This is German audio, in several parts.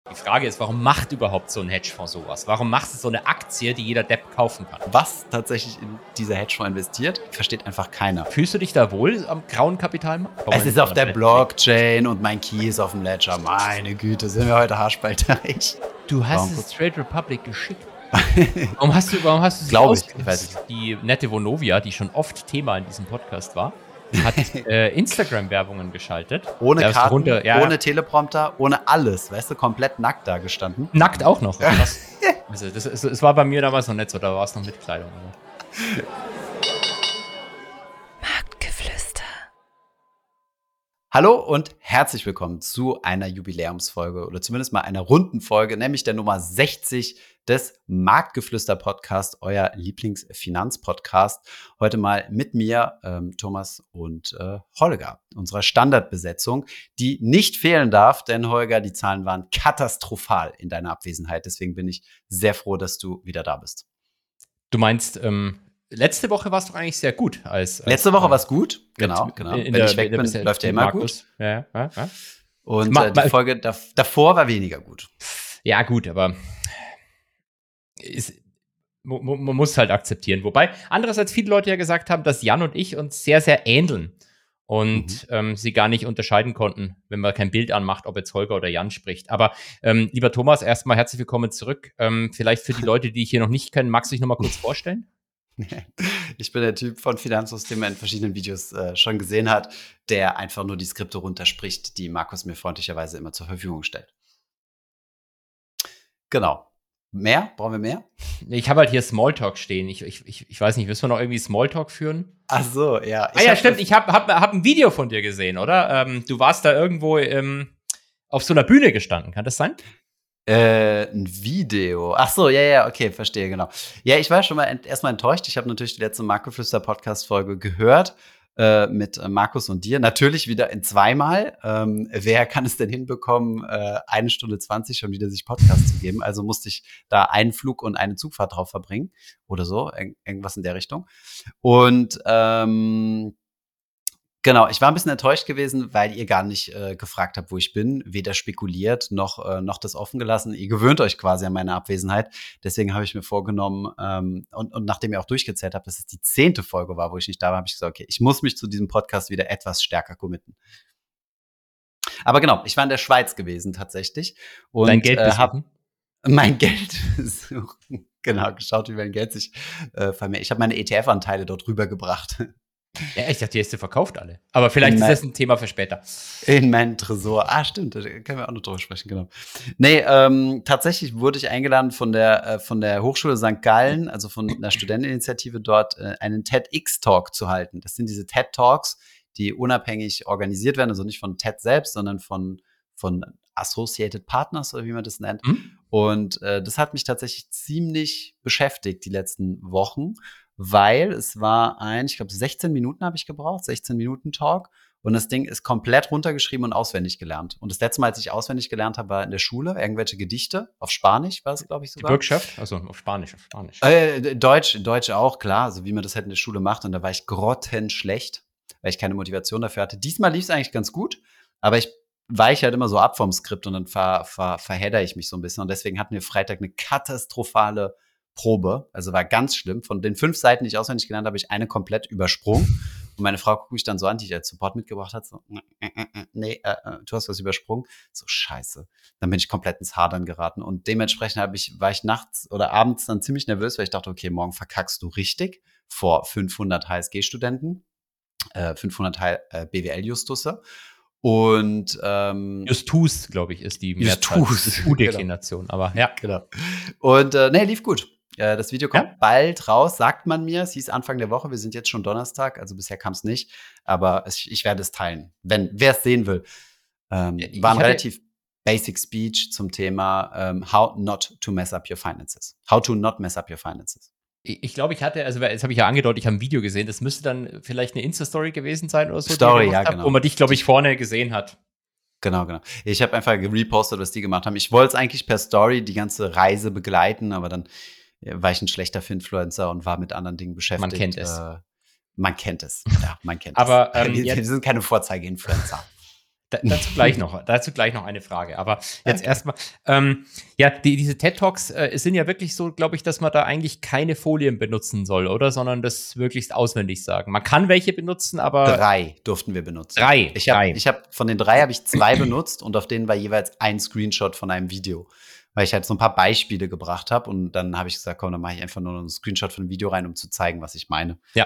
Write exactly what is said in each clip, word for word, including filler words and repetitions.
Die Frage ist, warum macht überhaupt so ein Hedgefonds sowas? Warum machst du so eine Aktie, die jeder Depp kaufen kann? Was tatsächlich in dieser Hedgefonds investiert, versteht einfach keiner. Fühlst du dich da wohl am grauen Kapitalmarkt? Es ist auf der Blockchain und mein Key ist auf dem Ledger. Meine Güte, sind wir heute haarspalterig. Du hast Warum? es Trade Republic geschickt. Warum hast du, warum hast du sie Glaube ich, ausgenutzt? ich weiß nicht. Die nette Vonovia, die schon oft Thema in diesem Podcast war, hat äh, Instagram-Werbungen geschaltet. Ohne Da ist Karten, runter- ja, ohne Teleprompter, ohne alles. Weißt du, komplett nackt da gestanden. Nackt auch noch. Krass. Also das, es, es war bei mir damals noch nicht so, da war es noch mit Kleidung. aber- Marktgeflüster. Hallo und herzlich willkommen zu einer Jubiläumsfolge oder zumindest mal einer runden Folge, nämlich der Nummer sechzig des Marktgeflüster-Podcast, euer Lieblingsfinanzpodcast. Heute mal mit mir, ähm, Thomas und äh, Holger, unserer Standardbesetzung, die nicht fehlen darf, denn Holger, die Zahlen waren katastrophal in deiner Abwesenheit. Deswegen bin ich sehr froh, dass du wieder da bist. Du meinst, ähm, letzte Woche war es doch eigentlich sehr gut. Als, als Letzte Woche äh, war es gut, mit- genau, genau. in Wenn der- ich weg in der bin, Besetzung läuft ja mit immer gut. Markus. Ja, ja, ja, ja. Und Ma- äh, die ma- Folge dav- davor war weniger gut. Ja, gut, aber ist, mu- mu- man muss es halt akzeptieren. Wobei andererseits viele Leute ja gesagt haben, dass Jan und ich uns sehr, sehr ähneln und ähm, sie gar nicht unterscheiden konnten, wenn man kein Bild anmacht, ob jetzt Holger oder Jan spricht. Aber ähm, lieber Thomas, erstmal herzlich willkommen zurück. Ähm, vielleicht für die Leute, die ich hier noch nicht kennen, magst du dich noch mal kurz vorstellen? Ich bin der Typ von Finanzos, den man in verschiedenen Videos äh, schon gesehen hat, der einfach nur die Skripte runterspricht, die Markus mir freundlicherweise immer zur Verfügung stellt. Genau. Mehr? Brauchen wir mehr? Ich habe halt hier Smalltalk stehen. Ich, ich, ich, ich weiß nicht, müssen wir noch irgendwie Smalltalk führen? Ach so, ja. Ah ja, hab- stimmt. Ich habe hab, hab ein Video von dir gesehen, oder? Ähm, du warst da irgendwo ähm, auf so einer Bühne gestanden. Kann das sein? Äh, ein Video. Ach so, ja, ja, okay, verstehe, genau. Ja, ich war schon mal ent erstmal enttäuscht. Ich habe natürlich die letzte Marktgeflüster-Podcast-Folge gehört äh, mit äh, Markus und dir. Natürlich wieder in zweimal. Ähm, wer kann es denn hinbekommen, äh, eine Stunde zwanzig schon wieder sich Podcast zu geben? Also musste ich da einen Flug und eine Zugfahrt drauf verbringen oder so, irg irgendwas in der Richtung. Und ähm, Genau, ich war ein bisschen enttäuscht gewesen, weil ihr gar nicht äh, gefragt habt, wo ich bin, weder spekuliert noch äh, noch das offen gelassen. Ihr gewöhnt euch quasi an meine Abwesenheit. Deswegen habe ich mir vorgenommen, ähm, und, und nachdem ihr auch durchgezählt habt, dass es die zehnte Folge war, wo ich nicht da war, habe ich gesagt, okay, ich muss mich zu diesem Podcast wieder etwas stärker committen. Aber genau, ich war in der Schweiz gewesen tatsächlich. Und Dein Geld äh, hab besuchen? mein Geld besuchen. Genau, geschaut, wie mein Geld sich äh, vermehrt. Ich habe meine E T F-Anteile dort rübergebracht. Ja, ich dachte, die hast du verkauft alle. Aber vielleicht ist Nein. das ein Thema für später. In meinen Tresor. Ah, stimmt, da können wir auch noch drüber sprechen, genau. Nee, ähm, tatsächlich wurde ich eingeladen von der, äh, von der Hochschule Sankt Gallen, also von einer Studenteninitiative dort, äh, einen TEDx-Talk zu halten. Das sind diese TED-Talks, die unabhängig organisiert werden, also nicht von TED selbst, sondern von, von Associated Partners oder wie man das nennt. Hm? Und äh, das hat mich tatsächlich ziemlich beschäftigt die letzten Wochen, weil es war ein, ich glaube, sechzehn Minuten habe ich gebraucht, sechzehn Minuten Talk. Und das Ding ist komplett runtergeschrieben und auswendig gelernt. Und das letzte Mal, als ich auswendig gelernt habe, war in der Schule, irgendwelche Gedichte, auf Spanisch war es, glaube ich, Die sogar. Bürgschaft? Also auf Spanisch, auf Spanisch. Äh, Deutsch, Deutsch auch, klar, so wie man das halt in der Schule macht. Und da war ich grottenschlecht, weil ich keine Motivation dafür hatte. Diesmal lief es eigentlich ganz gut, aber ich weiche halt immer so ab vom Skript und dann ver, ver, verhedder ich mich so ein bisschen. Und deswegen hatten wir Freitag eine katastrophale Probe. Also war ganz schlimm. Von den fünf Seiten, die ich auswendig gelernt habe, habe ich eine komplett übersprungen. Und meine Frau guckt mich dann so an, die ich als Support mitgebracht hat, so, äh, äh, äh, nee, äh, äh, du hast was übersprungen. So, scheiße. Dann bin ich komplett ins Hadern geraten. Und dementsprechend habe ich, war ich nachts oder abends dann ziemlich nervös, weil ich dachte, okay, morgen verkackst du richtig vor fünfhundert H S G-Studenten, äh, fünfhundert H- äh, B W L-Justusse. Und ähm, Justus, glaube ich, ist die Justus, Mehrzahl. Das ist U-Deklination, aber ja. Genau. Und äh, nee, lief gut. Äh, das Video kommt Ja? bald raus, sagt man mir. Es hieß Anfang der Woche. Wir sind jetzt schon Donnerstag, also bisher kam es nicht. Aber es, ich werde es teilen, wenn wer es sehen will. Ähm, Ja, ich war ein hatte- relativ basic Speech zum Thema ähm, How not to mess up your finances. How to not mess up your finances. Ich ich glaube, ich hatte, also das habe ich ja angedeutet, ich habe ein Video gesehen, das müsste dann vielleicht eine Insta-Story gewesen sein oder so, Story, die ihr gemacht ja, habt, genau. wo man dich, glaube ich, vorne gesehen hat. Genau, genau. Ich habe einfach gerepostet, was die gemacht haben. Ich wollte es eigentlich per Story die ganze Reise begleiten, aber dann äh, war ich ein schlechter Finfluencer und war mit anderen Dingen beschäftigt. Man kennt es. Äh, man kennt es. Ja, man kennt Aber, es. ähm, wir, jetzt- wir sind keine Vorzeige-Influencer. Da, dazu gleich noch, dazu gleich noch eine Frage. Aber jetzt okay. erstmal, ähm, ja, die, diese TED Talks äh, sind ja wirklich so, glaube ich, dass man da eigentlich keine Folien benutzen soll, oder? Sondern das möglichst auswendig sagen. Man kann welche benutzen, aber drei durften wir benutzen. Drei. Ich habe, drei. ich habe von den drei habe ich zwei benutzt und auf denen war jeweils ein Screenshot von einem Video, weil ich halt so ein paar Beispiele gebracht habe und dann habe ich gesagt, komm, dann mache ich einfach nur einen Screenshot von einem Video rein, um zu zeigen, was ich meine. Ja.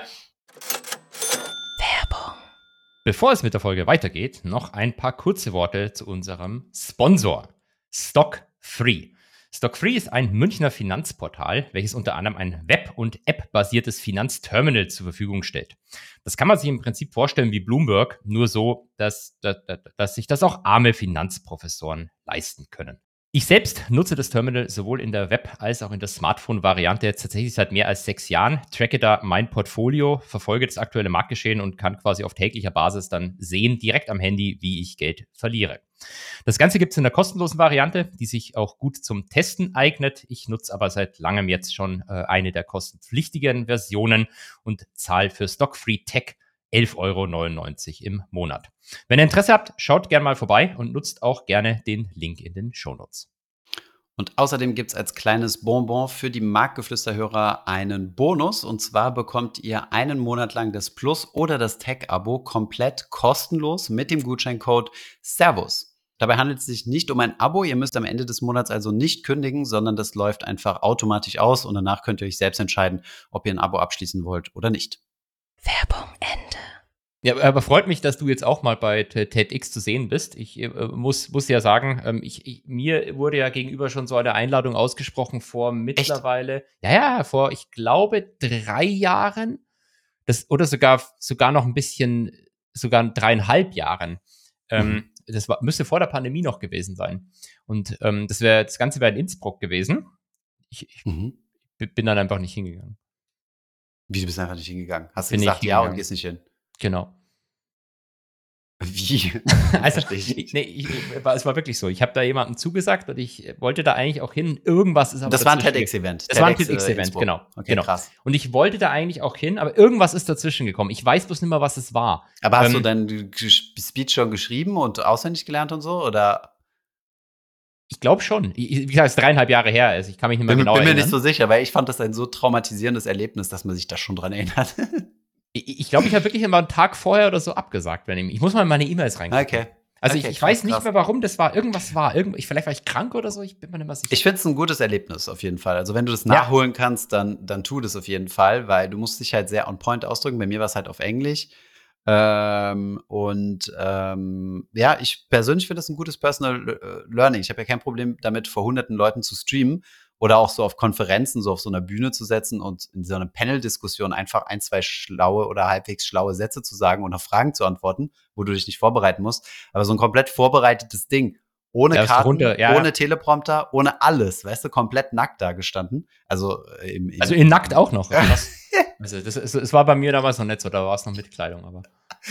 Bevor es mit der Folge weitergeht, noch ein paar kurze Worte zu unserem Sponsor, StockFree. StockFree ist ein Münchner Finanzportal, welches unter anderem ein Web- und App-basiertes Finanzterminal zur Verfügung stellt. Das kann man sich im Prinzip vorstellen wie Bloomberg, nur so, dass, dass, dass sich das auch arme Finanzprofessoren leisten können. Ich selbst nutze das Terminal sowohl in der Web- als auch in der Smartphone-Variante jetzt tatsächlich seit mehr als sechs Jahren, tracke da mein Portfolio, verfolge das aktuelle Marktgeschehen und kann quasi auf täglicher Basis dann sehen, direkt am Handy, wie ich Geld verliere. Das Ganze gibt es in der kostenlosen Variante, die sich auch gut zum Testen eignet. Ich nutze aber seit langem jetzt schon äh, eine der kostenpflichtigen Versionen und zahle für StockFree Tech elf Euro neunundneunzig im Monat. Wenn ihr Interesse habt, schaut gerne mal vorbei und nutzt auch gerne den Link in den Shownotes. Und außerdem gibt es als kleines Bonbon für die Marktgeflüster-Hörer einen Bonus. Und zwar bekommt ihr einen Monat lang das Plus- oder das Tech-Abo komplett kostenlos mit dem Gutscheincode Servus. Dabei handelt es sich nicht um ein Abo. Ihr müsst am Ende des Monats also nicht kündigen, sondern das läuft einfach automatisch aus. Und danach könnt ihr euch selbst entscheiden, ob ihr ein Abo abschließen wollt oder nicht. Werbung Ende. Ja, aber freut mich, dass du jetzt auch mal bei TEDx zu sehen bist. Ich äh, muss, muss ja sagen, ähm, ich, ich, mir wurde ja gegenüber schon so eine Einladung ausgesprochen vor mittlerweile, Echt? ja, ja, vor, ich glaube, drei Jahren. Das, oder sogar, sogar noch ein bisschen, sogar dreieinhalb Jahren. Ähm, mhm. Das war, müsste vor der Pandemie noch gewesen sein. Und ähm, das wäre, das Ganze wäre in Innsbruck gewesen. Ich, ich mhm. bin dann einfach nicht hingegangen. Wie, du bist einfach nicht hingegangen? Hast du bin gesagt, ja, und gehst nicht hin? Genau. Wie? Also, ich, nee, ich, es war wirklich so. Ich habe da jemandem zugesagt und ich wollte da eigentlich auch hin. Irgendwas ist aber Das war ein TEDx-Event. Das war ein TEDx-Event, genau. Okay, genau. krass. Und ich wollte da eigentlich auch hin, aber irgendwas ist dazwischen gekommen. Ich weiß bloß nicht mehr, was es war. Aber hast ähm, du deinen Speech schon geschrieben und auswendig gelernt und so, oder? Ich glaube schon. Ich, wie gesagt, es ist dreieinhalb Jahre her. Also ich kann mich nicht mehr bin, genau bin erinnern. Bin mir nicht so sicher, weil ich fand das ein so traumatisierendes Erlebnis, dass man sich da schon dran erinnert. Ich, ich glaube, ich habe wirklich immer einen Tag vorher oder so abgesagt. Wenn ich, ich muss mal in meine E-Mails reingucken. Okay. Also okay, ich, ich krass, weiß nicht krass. mehr, warum das war. Irgendwas war. Irgend, ich, vielleicht war ich krank oder so. Ich bin mir nicht mehr sicher. Ich finde es ein gutes Erlebnis auf jeden Fall. Also wenn du das nachholen ja. kannst, dann, dann tu das auf jeden Fall, weil du musst dich halt sehr on point ausdrücken. Bei mir war es halt auf Englisch. Ähm, und ähm, ja, ich persönlich finde das ein gutes Personal Learning. Ich habe ja kein Problem damit, vor hunderten Leuten zu streamen oder auch so auf Konferenzen, so auf so einer Bühne zu setzen und in so einer Panel-Diskussion einfach ein, zwei schlaue oder halbwegs schlaue Sätze zu sagen und auf Fragen zu antworten, wo du dich nicht vorbereiten musst. Aber so ein komplett vorbereitetes Ding, ohne ja, Karten, runter, ja, ohne ja. Teleprompter, ohne alles, weißt du, komplett nackt da gestanden. Also, im, im, also in nackt auch noch. Krass. Also das, es, es war bei mir damals noch nicht so, da war es noch mit Kleidung, aber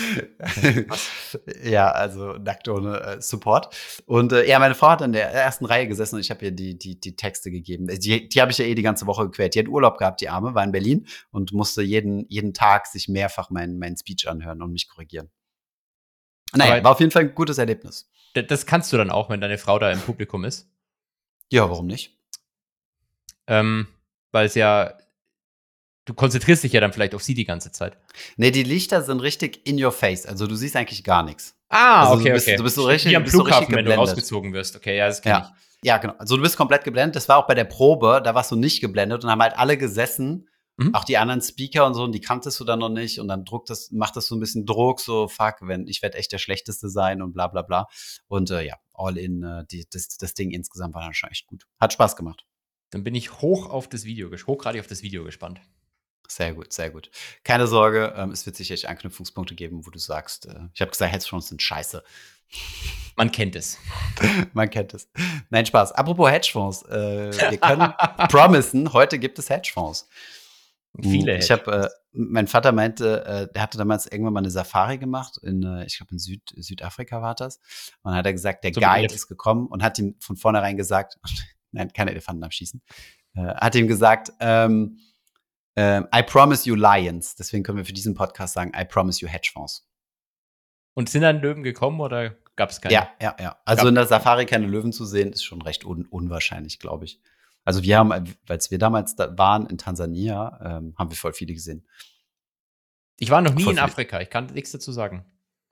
ja, also nackt ohne äh, Support. Und äh, ja, meine Frau hat in der ersten Reihe gesessen und ich habe ihr die, die, die Texte gegeben. Die, die habe ich ja eh die ganze Woche gequält. Die hat Urlaub gehabt, die Arme, war in Berlin und musste jeden, jeden Tag sich mehrfach meinen mein Speech anhören und mich korrigieren. Naja, aber war auf jeden Fall ein gutes Erlebnis. Das kannst du dann auch, wenn deine Frau da im Publikum ist? Ja, warum nicht? Ähm, weil es ja Du konzentrierst dich ja dann vielleicht auf sie die ganze Zeit. Nee, die Lichter sind richtig in your face. Also du siehst eigentlich gar nichts. Ah, also, okay, du bist, okay. Du bist so richtig, wie am Flughafen, so richtig wenn du rausgezogen wirst. Okay, ja, das kenne ja. ich. Ja, genau. Also du bist komplett geblendet. Das war auch bei der Probe, da warst du nicht geblendet und haben halt alle gesessen, mhm. auch die anderen Speaker und so, und die kanntest du dann noch nicht und dann druckt das, macht das so ein bisschen Druck, so fuck, wenn ich werde echt der Schlechteste sein und bla bla bla. Und äh, ja, all in, äh, die, das, das Ding insgesamt war dann schon echt gut. Hat Spaß gemacht. Dann bin ich hoch auf das Video, hochgradig auf das Video gespannt. Sehr gut, sehr gut. Keine Sorge, ähm, es wird sicherlich Anknüpfungspunkte geben, wo du sagst, äh, ich habe gesagt, Hedgefonds sind scheiße. Man kennt es. Man kennt es. Nein, Spaß. Apropos Hedgefonds, äh, wir können promisen, heute gibt es Hedgefonds. Viele Ich habe, äh, mein Vater meinte, äh, der hatte damals irgendwann mal eine Safari gemacht, in, äh, ich glaube in Süd, Südafrika war das. Und dann hat er gesagt, der so Guide ist gekommen und hat ihm von vornherein gesagt, nein, keine Elefanten abschießen, äh, hat ihm gesagt, ähm, Uh, I promise you Lions. Deswegen können wir für diesen Podcast sagen, I promise you Hedgefonds. Und sind dann Löwen gekommen, oder? Gab es keine. Ja, ja, ja. Also Gab in der Safari keine Löwen zu sehen, ist schon recht un unwahrscheinlich, glaube ich. Also wir haben, als wir damals da waren in Tansania, ähm, haben wir voll viele gesehen. Ich war noch nie Voll in viele. Afrika, ich kann nichts dazu sagen.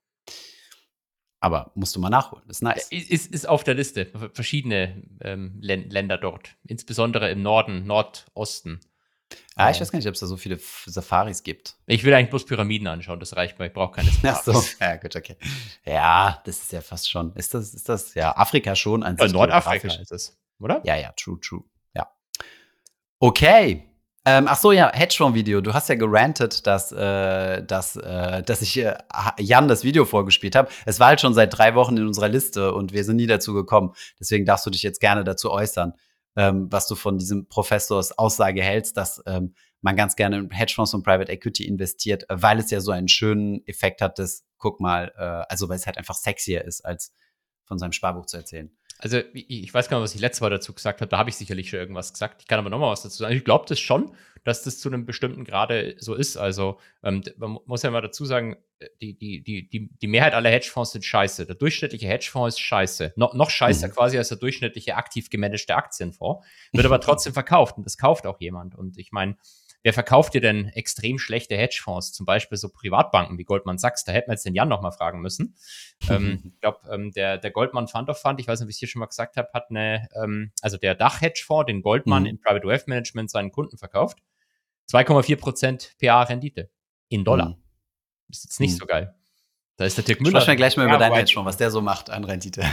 Aber musst du mal nachholen, ist nice. Ist, ist auf der Liste, verschiedene ähm, Länder dort, insbesondere im Norden, Nordosten. Ah, ich weiß gar nicht, ob es da so viele Safaris gibt. Ich will eigentlich bloß Pyramiden anschauen, das reicht mir, ich brauche keine Ach so, ja gut, okay. Ja, das ist ja fast schon, ist das, ist das, ja, Afrika schon an Ja, sich Nordafrika geografisch. ist es, oder? Ja, ja, true, true, ja. Okay. Ähm, ach so, ja, Hedgefonds-Video. Du hast ja gerantet, dass, äh, dass, äh, dass ich äh, Jan das Video vorgespielt habe. Es war halt schon seit drei Wochen in unserer Liste und wir sind nie dazu gekommen. Deswegen darfst du dich jetzt gerne dazu äußern, ähm, was du von diesem Professors Aussage hältst, dass ähm, man ganz gerne in Hedgefonds und Private Equity investiert, äh, weil es ja so einen schönen Effekt hat, dass, guck mal, äh, also weil es halt einfach sexier ist, als von seinem Sparbuch zu erzählen. Also ich, ich weiß gar nicht, was ich letztes Mal dazu gesagt habe, da habe ich sicherlich schon irgendwas gesagt. Ich kann aber nochmal was dazu sagen. Ich glaube das schon, dass das zu einem bestimmten Grade so ist. Also ähm, man muss ja mal dazu sagen, die, die, die, die, die Mehrheit aller Hedgefonds sind scheiße. Der durchschnittliche Hedgefonds ist scheiße. No, noch scheißer Mhm. quasi als der durchschnittliche aktiv gemanagte Aktienfonds. Wird aber trotzdem verkauft und das kauft auch jemand. Und ich meine, wer verkauft dir denn extrem schlechte Hedgefonds? Zum Beispiel so Privatbanken wie Goldman Sachs. Da hätten wir jetzt den Jan noch mal fragen müssen. ähm, ich glaube, ähm, der, der Goldman Fund of Fund, ich weiß nicht, wie ich es hier schon mal gesagt habe, hat eine, ähm, also der Dach-Hedgefonds, den Goldman Mhm. in Private Wealth Management seinen Kunden verkauft. zwei Komma vier Prozent P A-Rendite in Dollar. Mhm. Das ist jetzt nicht Mhm. so geil. Da ist der Dirk Müller. Sprechen wir gleich mal über Ja, deinen weit- Hedgefonds, was der so macht an Rendite.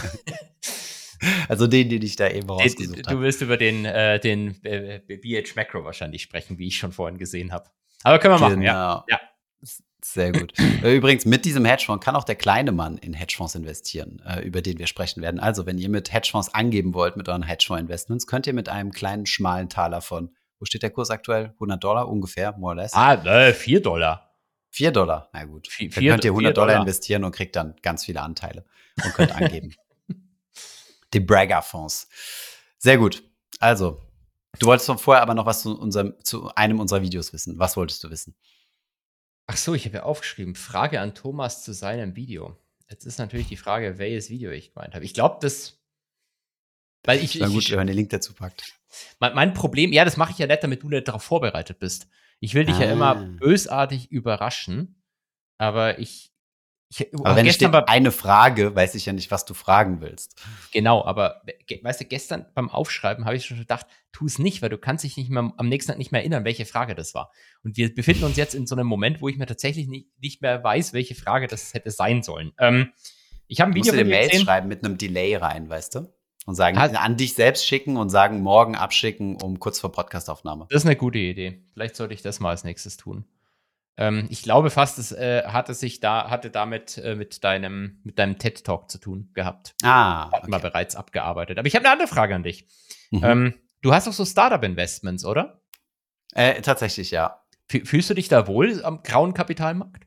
Also den, den ich da eben rausgesucht Du habe. willst über den, äh, den äh, B H Macro wahrscheinlich sprechen, wie ich schon vorhin gesehen habe. Aber können wir machen, ja. Genau. Ja. Sehr gut. Äh, Übrigens, mit diesem Hedgefonds kann auch der kleine Mann in Hedgefonds investieren, äh, über den wir sprechen werden. Also, wenn ihr mit Hedgefonds angeben wollt, mit euren Hedgefonds-Investments, könnt ihr mit einem kleinen, schmalen Taler von, wo steht der Kurs aktuell? hundert Dollar ungefähr, more or less. Ah, äh, vier Dollar. vier Dollar, na gut. Vier- Dann vier- könnt ihr hundert vier Dollar Dollar. investieren und kriegt dann ganz viele Anteile und könnt angeben. Die Bragger-Fonds. Sehr gut. Also, du wolltest von vorher aber noch was zu, unserem, zu einem unserer Videos wissen. Was wolltest du wissen? Ach so, ich habe ja aufgeschrieben, Frage an Thomas zu seinem Video. Jetzt ist natürlich die Frage, welches Video ich gemeint habe. Ich glaube, das, weil ich, Na gut, ich wenn man den Link dazu packt. mein, mein Problem, ja, das mache ich ja nicht, damit du nicht darauf vorbereitet bist. Ich will dich ja Ah. immer bösartig überraschen, aber ich, ich Aber wenn es gestern steht war, eine Frage, weiß ich ja nicht, was du fragen willst. genau, aber ge- weißt du, gestern beim Aufschreiben habe ich schon gedacht, tu es nicht, weil du kannst dich nicht mehr am nächsten Tag nicht mehr erinnern, welche Frage das war. Und wir befinden uns jetzt in so einem Moment, wo ich mir tatsächlich nicht, nicht mehr weiß, welche Frage das hätte sein sollen. Ähm, ich habe ein Du musst Video dir von dir Mails gesehen. schreiben mit einem Delay rein, weißt du? Und sagen, Hat- an dich selbst schicken und sagen, morgen abschicken, um kurz vor Podcastaufnahme. Das ist eine gute Idee. Vielleicht sollte ich das mal als nächstes tun. Ähm, ich glaube fast, es äh, hatte sich da, hatte damit äh, mit deinem, mit deinem TED-Talk zu tun gehabt. Ah, Hatten wir okay. bereits abgearbeitet. Aber ich habe eine andere Frage an dich. Mhm. Ähm, du hast doch so Startup-Investments, oder? Äh, tatsächlich, ja. Fü- Fühlst du dich da wohl am grauen Kapitalmarkt?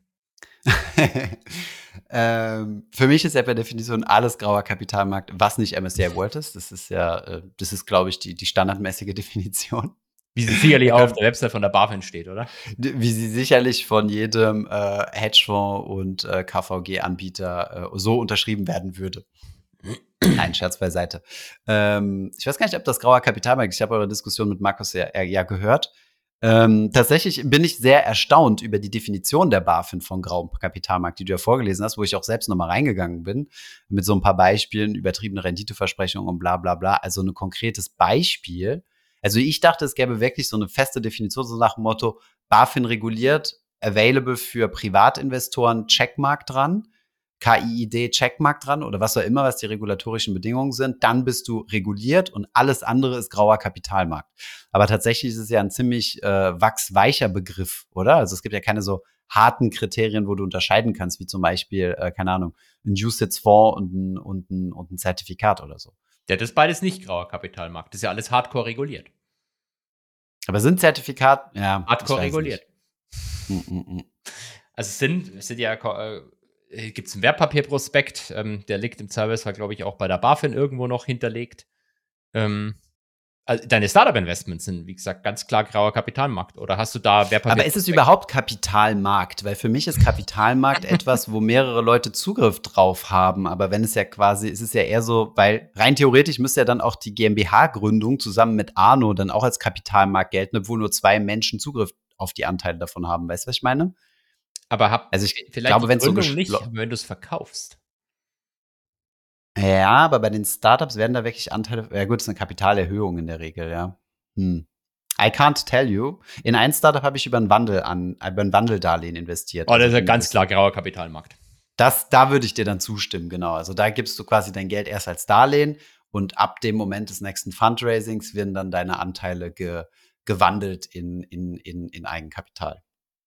ähm, für mich ist ja per Definition alles grauer Kapitalmarkt, was nicht M S C I World ist. Das ist ja, äh, das ist, glaube ich, die, die standardmäßige Definition. Wie sie sicherlich auch auf der Website von der BaFin steht, oder? Wie sie sicherlich von jedem äh, Hedgefonds und äh, K V G-Anbieter äh, so unterschrieben werden würde. Nein, Scherz beiseite. Ähm, ich weiß gar nicht, ob das grauer Kapitalmarkt ist. Ich habe eure Diskussion mit Markus ja, ja gehört. Ähm, tatsächlich bin ich sehr erstaunt über die Definition der BaFin von grauem Kapitalmarkt, die du ja vorgelesen hast, wo ich auch selbst nochmal reingegangen bin, mit so ein paar Beispielen, übertriebene Renditeversprechungen und bla bla bla. Also ein konkretes Beispiel. Also ich dachte, es gäbe wirklich so eine feste Definition, so nach dem Motto, BaFin reguliert, available für Privatinvestoren, Checkmark dran. K I I D Checkmark dran oder was auch immer, was die regulatorischen Bedingungen sind, dann bist du reguliert und alles andere ist grauer Kapitalmarkt. Aber tatsächlich ist es ja ein ziemlich äh, wachsweicher Begriff, oder? Also es gibt ja keine so harten Kriterien, wo du unterscheiden kannst, wie zum Beispiel, äh, keine Ahnung, ein U C I T S-Fonds und ein, und, ein, und ein Zertifikat oder so. Ja, das ist beides nicht grauer Kapitalmarkt. Das ist ja alles hardcore reguliert. Aber sind Zertifikat, ja, Hardcore reguliert. Mm, mm, mm. Also es sind, es sind ja, äh, gibt es einen Wertpapierprospekt, ähm, der liegt im Zweifelsfall, glaube ich, auch bei der BaFin irgendwo noch hinterlegt. Ähm, Also deine Startup-Investments sind, wie gesagt, ganz klar grauer Kapitalmarkt. Oder hast du da Wertpapier? Aber ist es überhaupt Kapitalmarkt? Weil für mich ist Kapitalmarkt etwas, wo mehrere Leute Zugriff drauf haben. Aber wenn es ja quasi, es ist ja eher so, weil rein theoretisch müsste ja dann auch die GmbH-Gründung zusammen mit Arno dann auch als Kapitalmarkt gelten, obwohl nur zwei Menschen Zugriff auf die Anteile davon haben. Weißt du, was ich meine? Aber hab, Also ich vielleicht glaube, die wenn es so Gründung geschl- nicht, aber wenn du es verkaufst. Ja, aber bei den Startups werden da wirklich Anteile. Ja, gut, das ist eine Kapitalerhöhung in der Regel, ja. Hm. I can't tell you. In ein Startup habe ich über einen Wandel an, über ein Wandeldarlehen investiert. Oh, das ist Also ja ganz das- klar grauer Kapitalmarkt. Das, da würde ich dir dann zustimmen, genau. Also da gibst du quasi dein Geld erst als Darlehen und ab dem Moment des nächsten Fundraisings werden dann deine Anteile ge, gewandelt in, in, in, in Eigenkapital.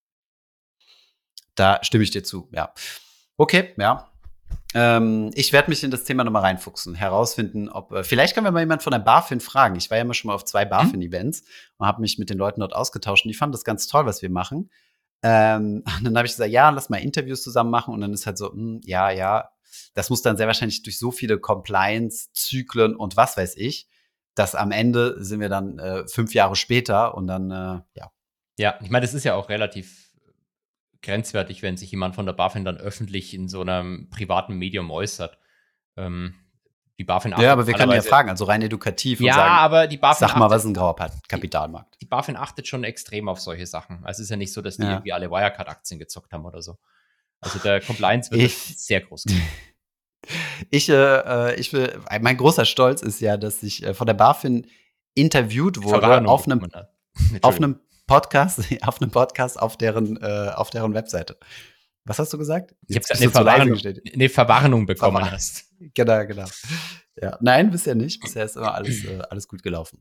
Da stimme ich dir zu, ja. Okay, ja. Ähm, ich werde mich in das Thema nochmal reinfuchsen, herausfinden, ob, äh, vielleicht können wir mal jemand von der BaFin fragen. Ich war ja immer schon mal auf zwei BaFin-Events und habe mich mit den Leuten dort ausgetauscht und die fanden das ganz toll, was wir machen. Ähm, und dann habe ich gesagt, ja, lass mal Interviews zusammen machen und dann ist halt so, mh, ja, ja, das muss dann sehr wahrscheinlich durch so viele Compliance-Zyklen und was weiß ich, dass am Ende sind wir dann äh, fünf Jahre später und dann, äh, ja. Ja, ich meine, das ist ja auch relativ grenzwertig, wenn sich jemand von der BaFin dann öffentlich in so einem privaten Medium äußert. Ähm, die BaFin achtet Ja, aber wir können ja normalerweise- fragen, also rein edukativ Ja, und sagen, aber die BaFin sag mal, achtet- was ist ein grauer Pa- Kapitalmarkt? die BaFin achtet schon extrem auf solche Sachen. Also es ist ja nicht so, dass die Ja. irgendwie alle Wirecard-Aktien gezockt haben oder so. Also der Compliance wird Ich- sehr groß gemacht. Ich, äh, ich will, mein großer Stolz ist ja, dass ich äh, von der BaFin interviewt wurde Verwarnung auf einem, bekommen hat. auf Entschuldigung. einem Podcast, auf einem Podcast auf deren, äh, auf deren Webseite. Was hast du gesagt? Ich habe Jetzt eine bist du zu leise Verwarnung, gestellt. eine Verwarnung bekommen Verwarnung. hast. Genau, genau. Ja. Nein, bisher nicht. Bisher ist immer alles, äh, alles gut gelaufen.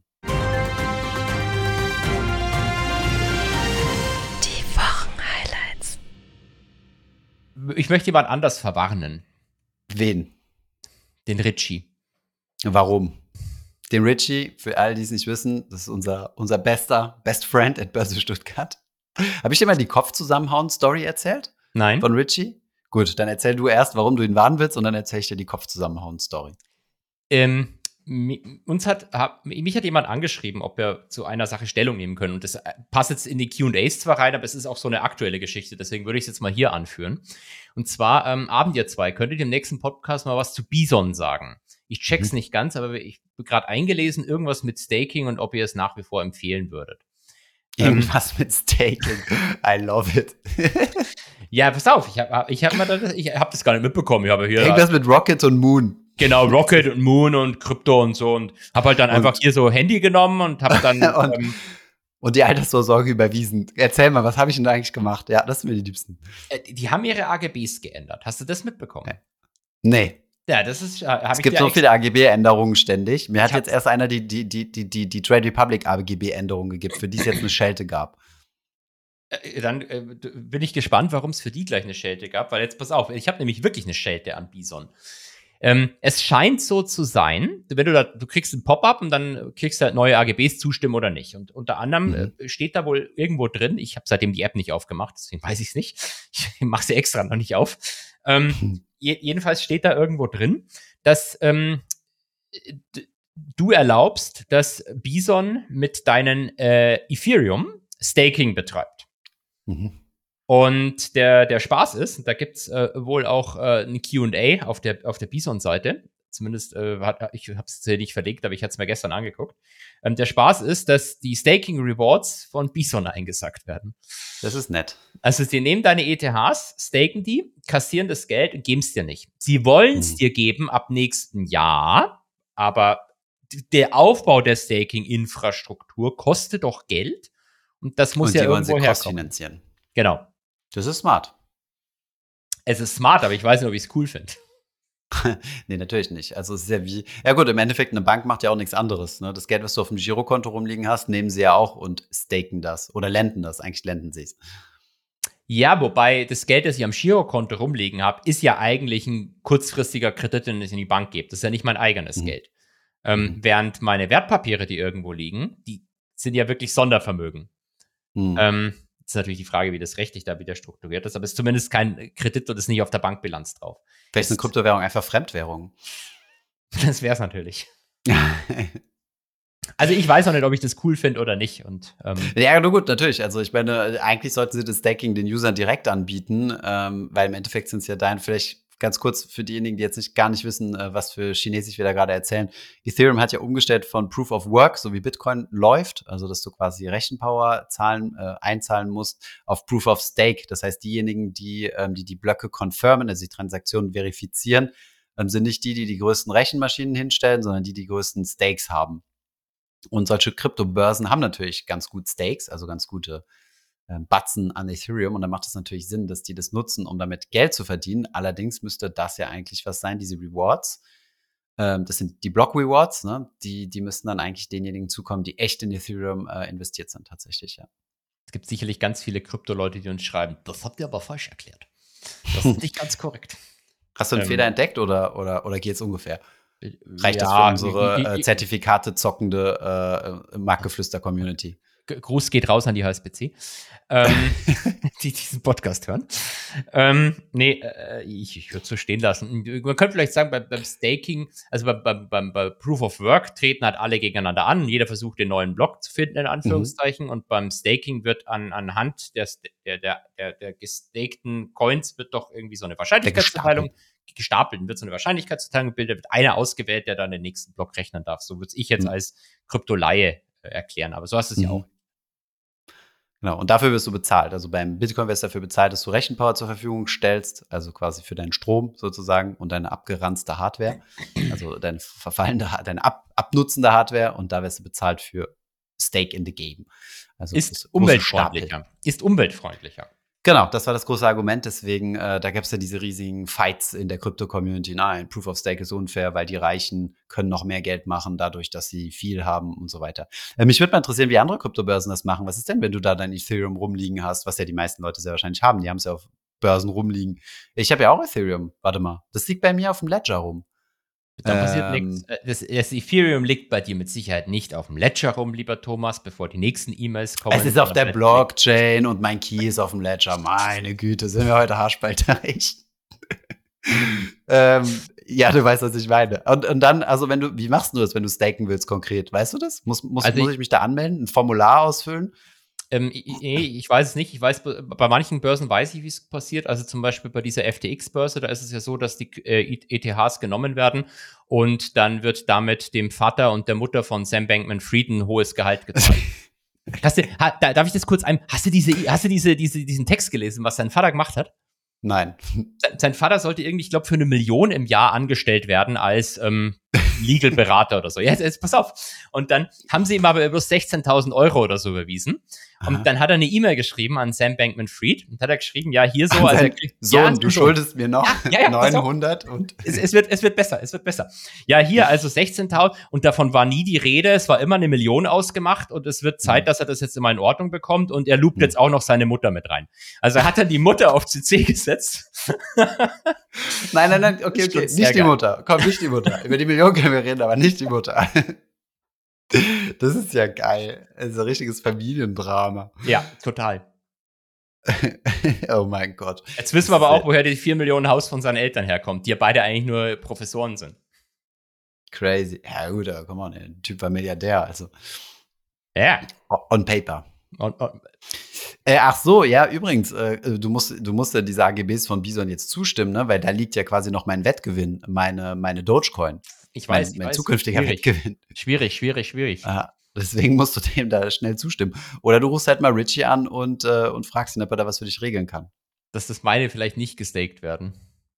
Die Wochenhighlights. Ich möchte jemand anders verwarnen. Wen? Den Ritchie. Warum? Den Richie, für alle, die es nicht wissen, das ist unser, unser bester, Best Friend at Börse Stuttgart. Habe ich dir mal die Kopf-Zusammenhauen-Story erzählt? Nein? Von Richie? Gut, dann erzähl du erst, warum du ihn warnen willst, und dann erzähl ich dir die Kopf-Zusammenhauen-Story. Ähm, mi- uns hat, hab, mich hat jemand angeschrieben, ob wir zu einer Sache Stellung nehmen können. Und das äh, passt jetzt in die Q und A's zwar rein, aber es ist auch so eine aktuelle Geschichte. Deswegen würde ich es jetzt mal hier anführen. Und zwar, ähm, Abend ihr zwei, könntet ihr im nächsten Podcast mal was zu Bison sagen? Ich check's Mhm. nicht ganz, aber ich bin gerade eingelesen, irgendwas mit Staking und ob ihr es nach wie vor empfehlen würdet. Ähm, Irgendwas mit Staking. I love it. Ja, pass auf, ich habe ich hab mal das, ich hab das gar nicht mitbekommen. Ich habe hier Irgendwas mit Rocket und Moon. genau Rocket und Moon und Krypto und so und habe halt dann Und- einfach hier so Handy genommen und habe dann Und- ähm, Und die Altersvorsorge überwiesen. Erzähl mal, was habe ich denn da eigentlich gemacht? Ja, das sind mir die Liebsten. äh, die haben ihre A G Bs geändert. Hast du das mitbekommen? Ja. Nee. Ja, das ist äh, habe Es ich gibt dir so extra- viele A G B-Änderungen ständig. Mir Ich hat hab's- jetzt erst einer die, die, die, die, die, die Trade Republic A G B-Änderung gegeben, für die es jetzt eine Schelte gab. Äh, Dann äh, d- bin ich gespannt, warum es für die gleich eine Schelte gab, weil jetzt pass auf, ich habe nämlich wirklich eine Schelte an Bison. Ähm, es scheint so zu sein, wenn du da, du kriegst ein Pop-up und dann kriegst du halt neue A G Bs zustimmen oder nicht. Und unter anderem Mhm. äh, steht da wohl irgendwo drin, ich habe seitdem die App nicht aufgemacht, deswegen weiß ich es nicht. Ich mache sie extra noch nicht auf. Ähm, Mhm. je, jedenfalls steht da irgendwo drin, dass ähm, d- du erlaubst, dass Bison mit deinen äh, Ethereum Staking betreibt. Mhm. Und der, der Spaß ist, da gibt's äh, wohl auch äh, ein Q und A auf der, auf der Bison-Seite. Zumindest, äh, hat, ich habe es nicht verlegt, aber ich hatte es mir gestern angeguckt. Ähm, der Spaß ist, dass die Staking-Rewards von Bison eingesackt werden. Das ist nett. Also sie nehmen deine E T Hs, staken die, kassieren das Geld und geben es dir nicht. Sie wollen es Mhm. dir geben ab nächsten Jahr, aber d- der Aufbau der Staking-Infrastruktur kostet doch Geld. Und das muss Und ja die wollen sie irgendwo herkommen. cross-finanzieren. Genau. Das ist smart. Es ist smart, aber ich weiß nicht, ob ich es cool finde. Nee, natürlich nicht. Also es ist ja wie, ja gut, im Endeffekt, eine Bank macht ja auch nichts anderes. Ne? Das Geld, was du auf dem Girokonto rumliegen hast, nehmen sie ja auch und staken das. Oder lenden das. Eigentlich lenden sie es. Ja, wobei das Geld, das ich am Girokonto rumliegen habe, ist ja eigentlich ein kurzfristiger Kredit, den ich in die Bank gebe. Das ist ja nicht mein eigenes Mhm. Geld. Ähm, Mhm. Während meine Wertpapiere, die irgendwo liegen, die sind ja wirklich Sondervermögen. Hm. Ähm, ist natürlich die Frage, wie das rechtlich da wieder strukturiert ist, aber es ist zumindest kein Kredit und ist nicht auf der Bankbilanz drauf. Vielleicht ist eine Kryptowährung einfach Fremdwährung. Das wäre es natürlich. Also Also ich weiß auch nicht, ob ich das cool finde oder nicht. Und, ähm, Ja, nur gut, natürlich. Also ich meine, eigentlich sollten sie das Staking den Usern direkt anbieten, ähm, weil im Endeffekt sind es ja dein, vielleicht ganz kurz für diejenigen, die jetzt nicht gar nicht wissen, äh, was für Chinesisch wir da gerade erzählen. Ethereum hat ja umgestellt von Proof of Work, so wie Bitcoin läuft, also dass du quasi Rechenpower zahlen, äh, einzahlen musst, auf Proof of Stake. Das heißt, diejenigen, die ähm, die, die Blöcke confirmen, also die Transaktionen verifizieren, ähm, sind nicht die, die die größten Rechenmaschinen hinstellen, sondern die, die größten Stakes haben. Und solche Kryptobörsen haben natürlich ganz gut Stakes, also ganz gute ähm, Batzen an Ethereum. Und dann macht es natürlich Sinn, dass die das nutzen, um damit Geld zu verdienen. Allerdings müsste das ja eigentlich was sein, diese Rewards. Ähm, das sind die Block-Rewards, ne? Die, die müssten dann eigentlich denjenigen zukommen, die echt in Ethereum äh, investiert sind, tatsächlich, ja. Es gibt sicherlich ganz viele Krypto-Leute, die uns schreiben, das habt ihr aber falsch erklärt. Das ist nicht ganz korrekt. Hast du einen Ähm, Fehler entdeckt oder, oder, oder geht's ungefähr? Reicht das für ja, unsere i- i- äh, Zertifikate zockende äh, Marktgeflüster-Community? G- Gruß geht raus an die H S B C, ähm, die diesen Podcast hören. Ähm, nee, äh, ich, ich würde es so stehen lassen. Man könnte vielleicht sagen, bei, beim Staking, also bei, beim, beim, bei Proof of Work treten halt alle gegeneinander an. Jeder versucht, den neuen Block zu finden, in Anführungszeichen. Mhm. Und beim Staking wird an, anhand der, der, der, der, der gestakten Coins wird doch irgendwie so eine Wahrscheinlichkeitsverteilung gestapelt, wird so eine Wahrscheinlichkeitsverteilung gebildet, wird einer ausgewählt, der dann den nächsten Block rechnen darf. So würde ich jetzt mhm. als Kryptoleihe äh, erklären. Aber so hast du es mhm. ja auch. Genau, und dafür wirst du bezahlt. Also beim Bitcoin wirst du dafür bezahlt, dass du Rechenpower zur Verfügung stellst, also quasi für deinen Strom sozusagen und deine abgeranzte Hardware, also deine verfallende, deine ab, abnutzende Hardware, und da wirst du bezahlt für Stake in the Game. Also ist umweltfreundlicher. Ist umweltfreundlicher. Genau, das war das große Argument. Deswegen, äh, da gab es ja diese riesigen Fights in der Krypto-Community. Nein, Proof of Stake ist unfair, weil die Reichen können noch mehr Geld machen, dadurch, dass sie viel haben und so weiter. Äh, mich würde mal interessieren, wie andere Kryptobörsen das machen. Was ist denn, wenn du da dein Ethereum rumliegen hast, was ja die meisten Leute sehr wahrscheinlich haben? Die haben es ja auf Börsen rumliegen. Ich habe ja auch Ethereum. Warte mal, das liegt bei mir auf dem Ledger rum. Da passiert ähm, nichts. Das, das Ethereum liegt bei dir mit Sicherheit nicht auf dem Ledger rum, lieber Thomas, bevor die nächsten E-Mails kommen. Es ist auf der Blockchain und mein Key ist auf dem Ledger. Meine Güte, sind wir heute haarspalterig. ähm, ja, du weißt, was ich meine. Und, und dann, also wenn du, wie machst du das, wenn du staken willst konkret? Weißt du das? Muss, muss, also muss ich, ich mich da anmelden, ein Formular ausfüllen? Ähm, ich, ich weiß es nicht. Ich weiß, bei manchen Börsen weiß ich, wie es passiert. Also zum Beispiel bei dieser F T X-Börse, da ist es ja so, dass die äh, E T Hs genommen werden und dann wird damit dem Vater und der Mutter von Sam Bankman-Fried ein hohes Gehalt gezahlt. Hast du, ha, da, darf ich das kurz ein? Hast du diese, hast du diese, diese, diesen Text gelesen, was sein Vater gemacht hat? Nein. Sein, sein Vater sollte irgendwie, ich glaube, für eine Million im Jahr angestellt werden als ähm, Legal-Berater oder so. Ja, jetzt, jetzt pass auf. Und dann haben sie ihm aber bloß sechzehntausend Euro oder so überwiesen. Und Aha. dann hat er eine E-Mail geschrieben an Sam Bankman-Fried und hat er geschrieben, ja, hier so. Also er kriegt, Sohn, ja, du schuldest mir noch ja, ja, ja, neunhundert. Und es, es, wird, es wird besser, es wird besser. Ja, hier also sechzehntausend und davon war nie die Rede. Es war immer eine Million ausgemacht und es wird Zeit, mhm. dass er das jetzt immer in Ordnung bekommt und er loopt mhm. jetzt auch noch seine Mutter mit rein. Also er hat dann die Mutter auf C C gesetzt. Nein, nein, nein, okay, okay, nicht die Mutter. Komm, nicht die Mutter. Über die Million können wir reden, aber nicht die Mutter. Das ist ja geil. Das ist ein richtiges Familiendrama. Ja, total. Oh mein Gott. Jetzt wissen wir aber auch, woher die vier Millionen Haus von seinen Eltern herkommt, die ja beide eigentlich nur Professoren sind. Crazy. Ja gut, aber come on, der Typ war Milliardär, also. Ja. On paper. On, on. Äh, ach so, ja, übrigens, äh, du musst, du musst ja diese A G Bs von Bison jetzt zustimmen, ne? Weil da liegt ja quasi noch mein Wettgewinn, meine, meine Dogecoin. Ich weiß, mein, ich mein weiß. zukünftiger schwierig. Wettgewinn. Schwierig, schwierig, schwierig. Ah, deswegen musst du dem da schnell zustimmen. Oder du rufst halt mal Richie an und, äh, und fragst ihn, ob er da was für dich regeln kann. Dass das meine vielleicht nicht gestaked werden.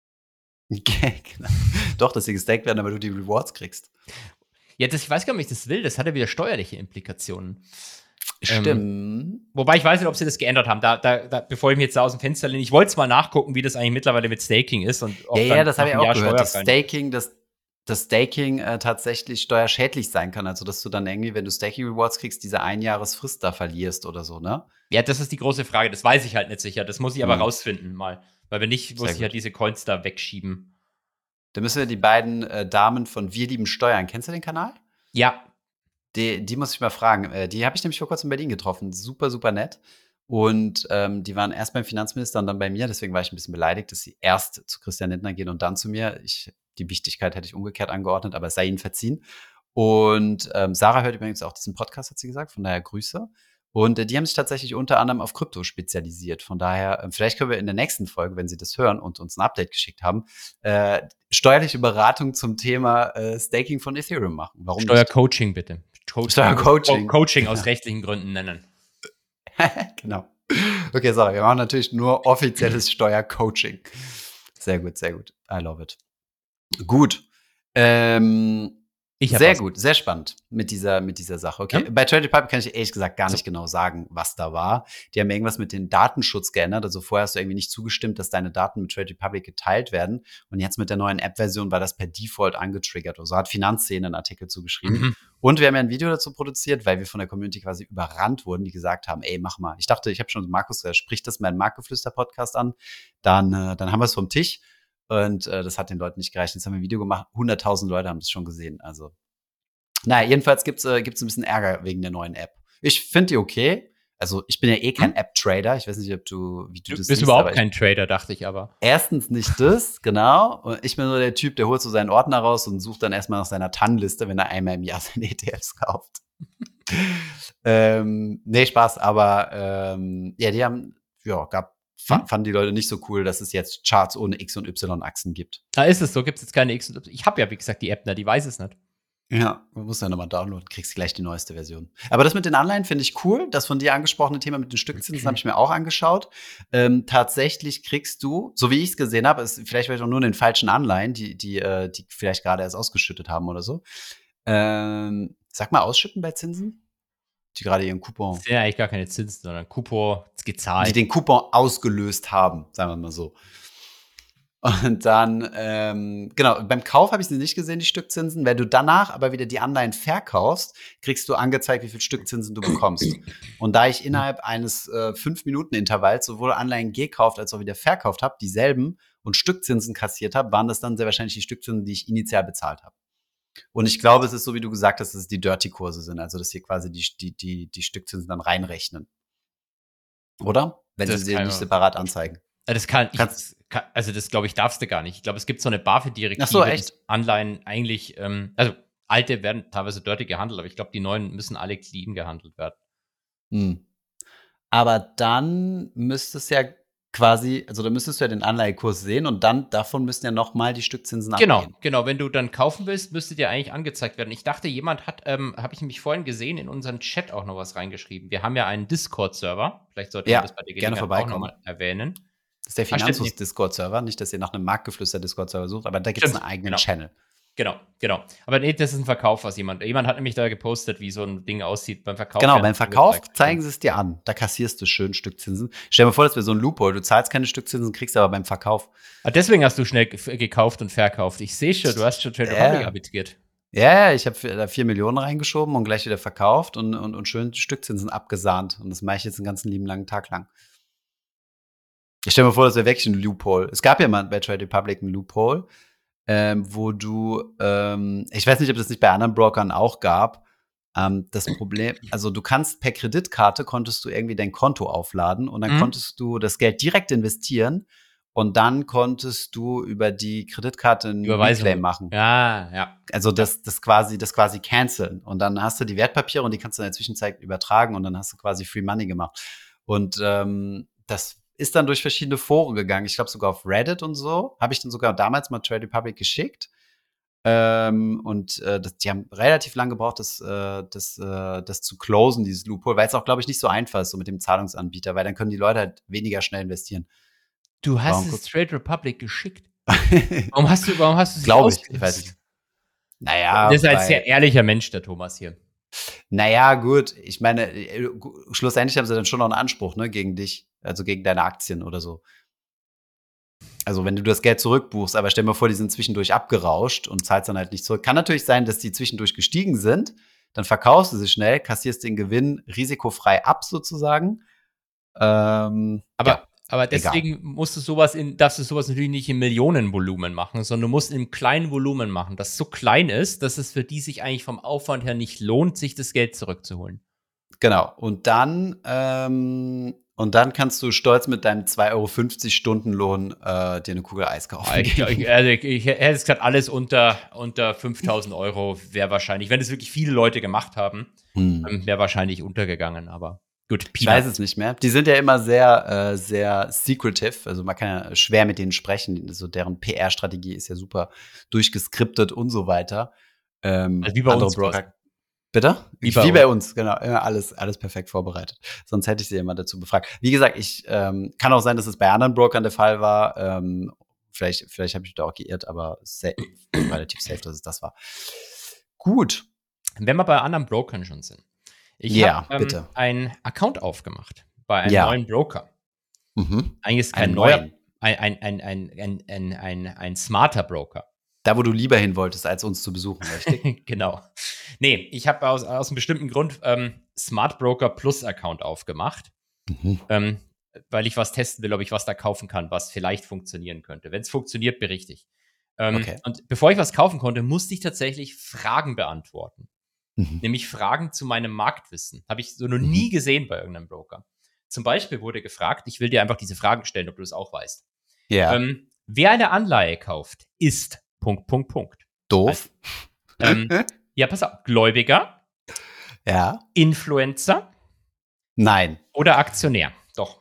Okay, genau. Doch, dass sie gestaked werden, aber du die Rewards kriegst. Ja, das, ich weiß gar nicht, ob ich das will. Das hat ja wieder steuerliche Implikationen. Stimmt. Ähm, wobei ich weiß nicht, ob sie das geändert haben. Da, da, da, bevor ich mich jetzt da aus dem Fenster lehne, ich wollte mal nachgucken, wie das eigentlich mittlerweile mit Staking ist. Und ja, ja, das habe ich auch gehört. Das Staking, das, das Staking äh, tatsächlich steuerschädlich sein kann. Also, dass du dann irgendwie, wenn du Staking-Rewards kriegst, diese Einjahresfrist da verlierst oder so, ne? Ja, das ist die große Frage. Das weiß ich halt nicht sicher. Das muss ich aber mhm. rausfinden mal. Weil wenn nicht, muss Sehr ich ja gut. diese Coins da wegschieben. Da müssen wir die beiden äh, Damen von Wir lieben Steuern. Kennst du den Kanal? Ja. Die, die muss ich mal fragen. Äh, die habe ich nämlich vor kurzem in Berlin getroffen. Super, super nett. Und ähm, die waren erst beim Finanzminister und dann bei mir. Deswegen war ich ein bisschen beleidigt, dass sie erst zu Christian Lindner gehen und dann zu mir. Ich, die Wichtigkeit hätte ich umgekehrt angeordnet, aber es sei ihnen verziehen. Und ähm, Sarah hört übrigens auch diesen Podcast, hat sie gesagt, von daher Grüße. Und äh, die haben sich tatsächlich unter anderem auf Krypto spezialisiert. Von daher, äh, vielleicht können wir in der nächsten Folge, wenn sie das hören und uns ein Update geschickt haben, äh, steuerliche Beratung zum Thema äh, Staking von Ethereum machen. Warum nicht? Steuercoaching bitte. Co- Steuercoaching. Co- Coaching aus rechtlichen Gründen nennen. Genau. Okay, Sarah, wir machen natürlich nur offizielles Steuercoaching. Sehr gut, sehr gut. I love it. Gut. Ähm, Ich hab sehr was. gut, sehr spannend mit dieser, mit dieser Sache. Okay, Ja. bei Trade Republic kann ich dir ehrlich gesagt gar nicht So. genau sagen, was da war. Die haben irgendwas mit dem Datenschutz geändert. Also vorher hast du irgendwie nicht zugestimmt, dass deine Daten mit Trade Republic geteilt werden. Und jetzt mit der neuen App-Version war das per Default angetriggert. Also hat Finanzszene einen Artikel zugeschrieben. Mhm. Und wir haben ja ein Video dazu produziert, weil wir von der Community quasi überrannt wurden, die gesagt haben, ey, mach mal. Ich dachte, ich habe schon Markus gesagt, sprich das mal in Marktgeflüster-Podcast an. Dann, äh, dann haben wir es vom Tisch. Und äh, das hat den Leuten nicht gereicht. Jetzt haben wir ein Video gemacht. hunderttausend Leute haben das schon gesehen. Also, naja, jedenfalls gibt's äh, gibt's ein bisschen Ärger wegen der neuen App. Ich finde die okay. Also, ich bin ja eh kein Hm? App-Trader. Ich weiß nicht, ob du, wie du, Du das bist siehst. überhaupt aber ich- kein Trader, dachte ich aber. Erstens nicht das, genau. Und ich bin nur der Typ, der holt so seinen Ordner raus und sucht dann erstmal nach seiner T A N-Liste, wenn er einmal im Jahr seine E T Fs kauft. ähm, nee, Spaß, aber ähm, ja, die haben, ja, gab, fa- Hm? fanden die Leute nicht so cool, dass es jetzt Charts ohne X- und Y-Achsen gibt. Da ist es so, gibt es jetzt keine X und Y. Ich habe ja, wie gesagt, die App, ne, die weiß es nicht. Ja, man muss ja nochmal downloaden, kriegst gleich die neueste Version. Aber das mit den Anleihen finde ich cool. Das von dir angesprochene Thema mit den Stückzinsen habe ich mir auch angeschaut. Ähm, tatsächlich kriegst du, so wie ich es gesehen habe, ist vielleicht vielleicht auch nur in den falschen Anleihen, die, die, äh, die vielleicht gerade erst ausgeschüttet haben oder so. Ähm, sag mal, ausschütten bei Zinsen? Die gerade ihren Coupon, Das sind ja eigentlich gar keine Zinsen, sondern Coupon die gezahlt. den Coupon ausgelöst haben, sagen wir mal so. Und dann, ähm, genau, beim Kauf habe ich sie nicht gesehen, die Stückzinsen. Wenn du danach aber wieder die Anleihen verkaufst, kriegst du angezeigt, wie viel Stückzinsen du bekommst. Und da ich innerhalb eines äh, fünf Minuten Intervalls sowohl Anleihen gekauft als auch wieder verkauft habe, dieselben, und Stückzinsen kassiert habe, waren das dann sehr wahrscheinlich die Stückzinsen, die ich initial bezahlt habe. Und ich glaube, es ist so, wie du gesagt hast, dass es die Dirty-Kurse sind, also dass hier quasi die, die, die, die Stückzinsen dann reinrechnen. Oder? Wenn Das sie sie kann nicht man- separat anzeigen. Äh, Das kann ich, Kannst- kann, also das glaube ich, darfst du gar nicht. Ich glaube, es gibt so eine BaFin-Direktive, Ach so, echt? dass Anleihen eigentlich, ähm, also alte werden teilweise dirty gehandelt, aber ich glaube, die neuen müssen alle clean gehandelt werden. Hm. Aber dann müsste es ja quasi, also da müsstest du ja den Anleihekurs sehen und dann davon müssen ja nochmal die Stückzinsen Genau, abgehen. genau. Wenn du dann kaufen willst, müsste dir eigentlich angezeigt werden. Ich dachte, jemand hat, ähm, habe ich nämlich vorhin gesehen, in unseren Chat auch noch was reingeschrieben. Wir haben ja einen Discord-Server. Vielleicht sollten Ja, wir das bei der gerne Gelegenheit auch vorbeikommen. nochmal erwähnen. Das ist der Ah, stimmt, Finanzus-Discord-Server, nicht, dass ihr nach einem Marktgeflüster-Discord-Server sucht, aber da gibt es Stimmt, einen eigenen genau. Channel. Genau, genau. Aber nee, das ist ein Verkauf, was jemand. Jemand hat nämlich da gepostet, wie so ein Ding aussieht beim Verkauf. Genau, werden beim es Verkauf angezeigt. zeigen sie es dir an. Da kassierst du schön Stückzinsen. Stell dir mal vor, das wäre so ein Loophole. Du zahlst keine Stückzinsen, kriegst aber beim Verkauf. Ah, deswegen hast du schnell ge- gekauft und verkauft. Ich sehe schon, du hast schon Trade Ja. Republic arbitriert. Ja, ja, ich habe da vier Millionen reingeschoben und gleich wieder verkauft und, und, und schön Stückzinsen abgesahnt. Und das mache ich jetzt einen ganzen lieben langen Tag lang. Ich stell mir vor, das wäre wirklich ein Loophole. Es gab ja mal bei Trade Republic ein Loophole, ähm, wo du, ähm, ich weiß nicht, ob das nicht bei anderen Brokern auch gab. Ähm, das Problem, also du kannst per Kreditkarte konntest du irgendwie dein Konto aufladen und dann Mhm. konntest du das Geld direkt investieren und dann konntest du über die Kreditkarte einen Überweisung. Reclaim machen. Ja, ja. Also das, das quasi, das quasi canceln. Und dann hast du die Wertpapiere und die kannst du in der Zwischenzeit übertragen und dann hast du quasi Free Money gemacht. Und ähm, das ist dann durch verschiedene Foren gegangen. Ich glaube sogar auf Reddit und so. Habe ich dann sogar damals mal Trade Republic geschickt. Ähm, und äh, das, die haben relativ lange gebraucht, das, äh, das, äh, das zu closen, dieses Loophole, weil es auch, glaube ich, nicht so einfach ist, so mit dem Zahlungsanbieter, weil dann können die Leute halt weniger schnell investieren. Du hast Warum es guck- Trade Republic geschickt. Warum hast du, warum hast du es Glaube ich, ausgelöst? ich weiß nicht. Naja, Das ist ein weil- sehr ehrlicher Mensch, der Thomas hier. Naja, gut. Ich meine, äh, gu- schlussendlich haben sie dann schon noch einen Anspruch, ne, gegen dich, also gegen deine Aktien oder so. Also, wenn du das Geld zurückbuchst, aber stell dir mal vor, die sind zwischendurch abgerauscht und zahlst dann halt nicht zurück. Kann natürlich sein, dass die zwischendurch gestiegen sind, dann verkaufst du sie schnell, kassierst den Gewinn risikofrei ab sozusagen. Ähm, Aber, ja, aber deswegen musst du sowas in, darfst du sowas natürlich nicht im Millionenvolumen machen, sondern du musst im kleinen Volumen machen, das so klein ist, dass es für die sich eigentlich vom Aufwand her nicht lohnt, sich das Geld zurückzuholen. genau. Und dann, ähm, Und dann kannst du stolz mit deinem zwei Euro fünfzig Stundenlohn äh, dir eine Kugel Eis kaufen. Ich, ich, also ich, ich hätte jetzt gesagt, alles unter, unter fünftausend Euro wäre wahrscheinlich, wenn es wirklich viele Leute gemacht haben, Hm. ähm, wäre wahrscheinlich untergegangen. Aber gut, Ich weiß es nicht mehr. Die sind ja immer sehr, äh, sehr secretive. Also man kann ja schwer mit denen sprechen. Also deren P R-Strategie ist ja super durchgeskriptet und so weiter. Ähm, Also wie bei andere uns Broker. quasi. Bitte? Wie Wie bei bei, uns, genau. Immer alles, alles perfekt vorbereitet. Sonst hätte ich sie immer dazu befragt. Wie gesagt, ich ähm, kann auch sein, dass es bei anderen Brokern der Fall war. Ähm, vielleicht vielleicht habe ich mich da auch geirrt, aber sa- relativ safe, dass es das war. Gut. Wenn wir bei anderen Brokern schon sind. Ich Ja, habe ähm, bitte. einen Account aufgemacht bei einem Ja. neuen Broker. Mhm. Eigentlich ist es kein Einen neuer, neuen. ein, ein, ein, ein, ein, ein, ein, ein smarter Broker. Da, wo du lieber hin wolltest, als uns zu besuchen, richtig? Genau. Nee, ich habe aus, aus einem bestimmten Grund ähm, Smart Broker Plus Account aufgemacht, Mhm. ähm, weil ich was testen will, ob ich was da kaufen kann, was vielleicht funktionieren könnte. Wenn es funktioniert, berichte ich. Ähm, Okay. Und bevor ich was kaufen konnte, musste ich tatsächlich Fragen beantworten. Mhm. Nämlich Fragen zu meinem Marktwissen. Habe ich so noch Mhm. nie gesehen bei irgendeinem Broker. Zum Beispiel wurde gefragt, ich will dir einfach diese Fragen stellen, ob du es auch weißt. Ja. Ähm, wer eine Anleihe kauft, ist Punkt, Punkt, Punkt. Doof. Ähm, ja, pass auf. Gläubiger, Ja. Influencer Nein. oder Aktionär? Doch.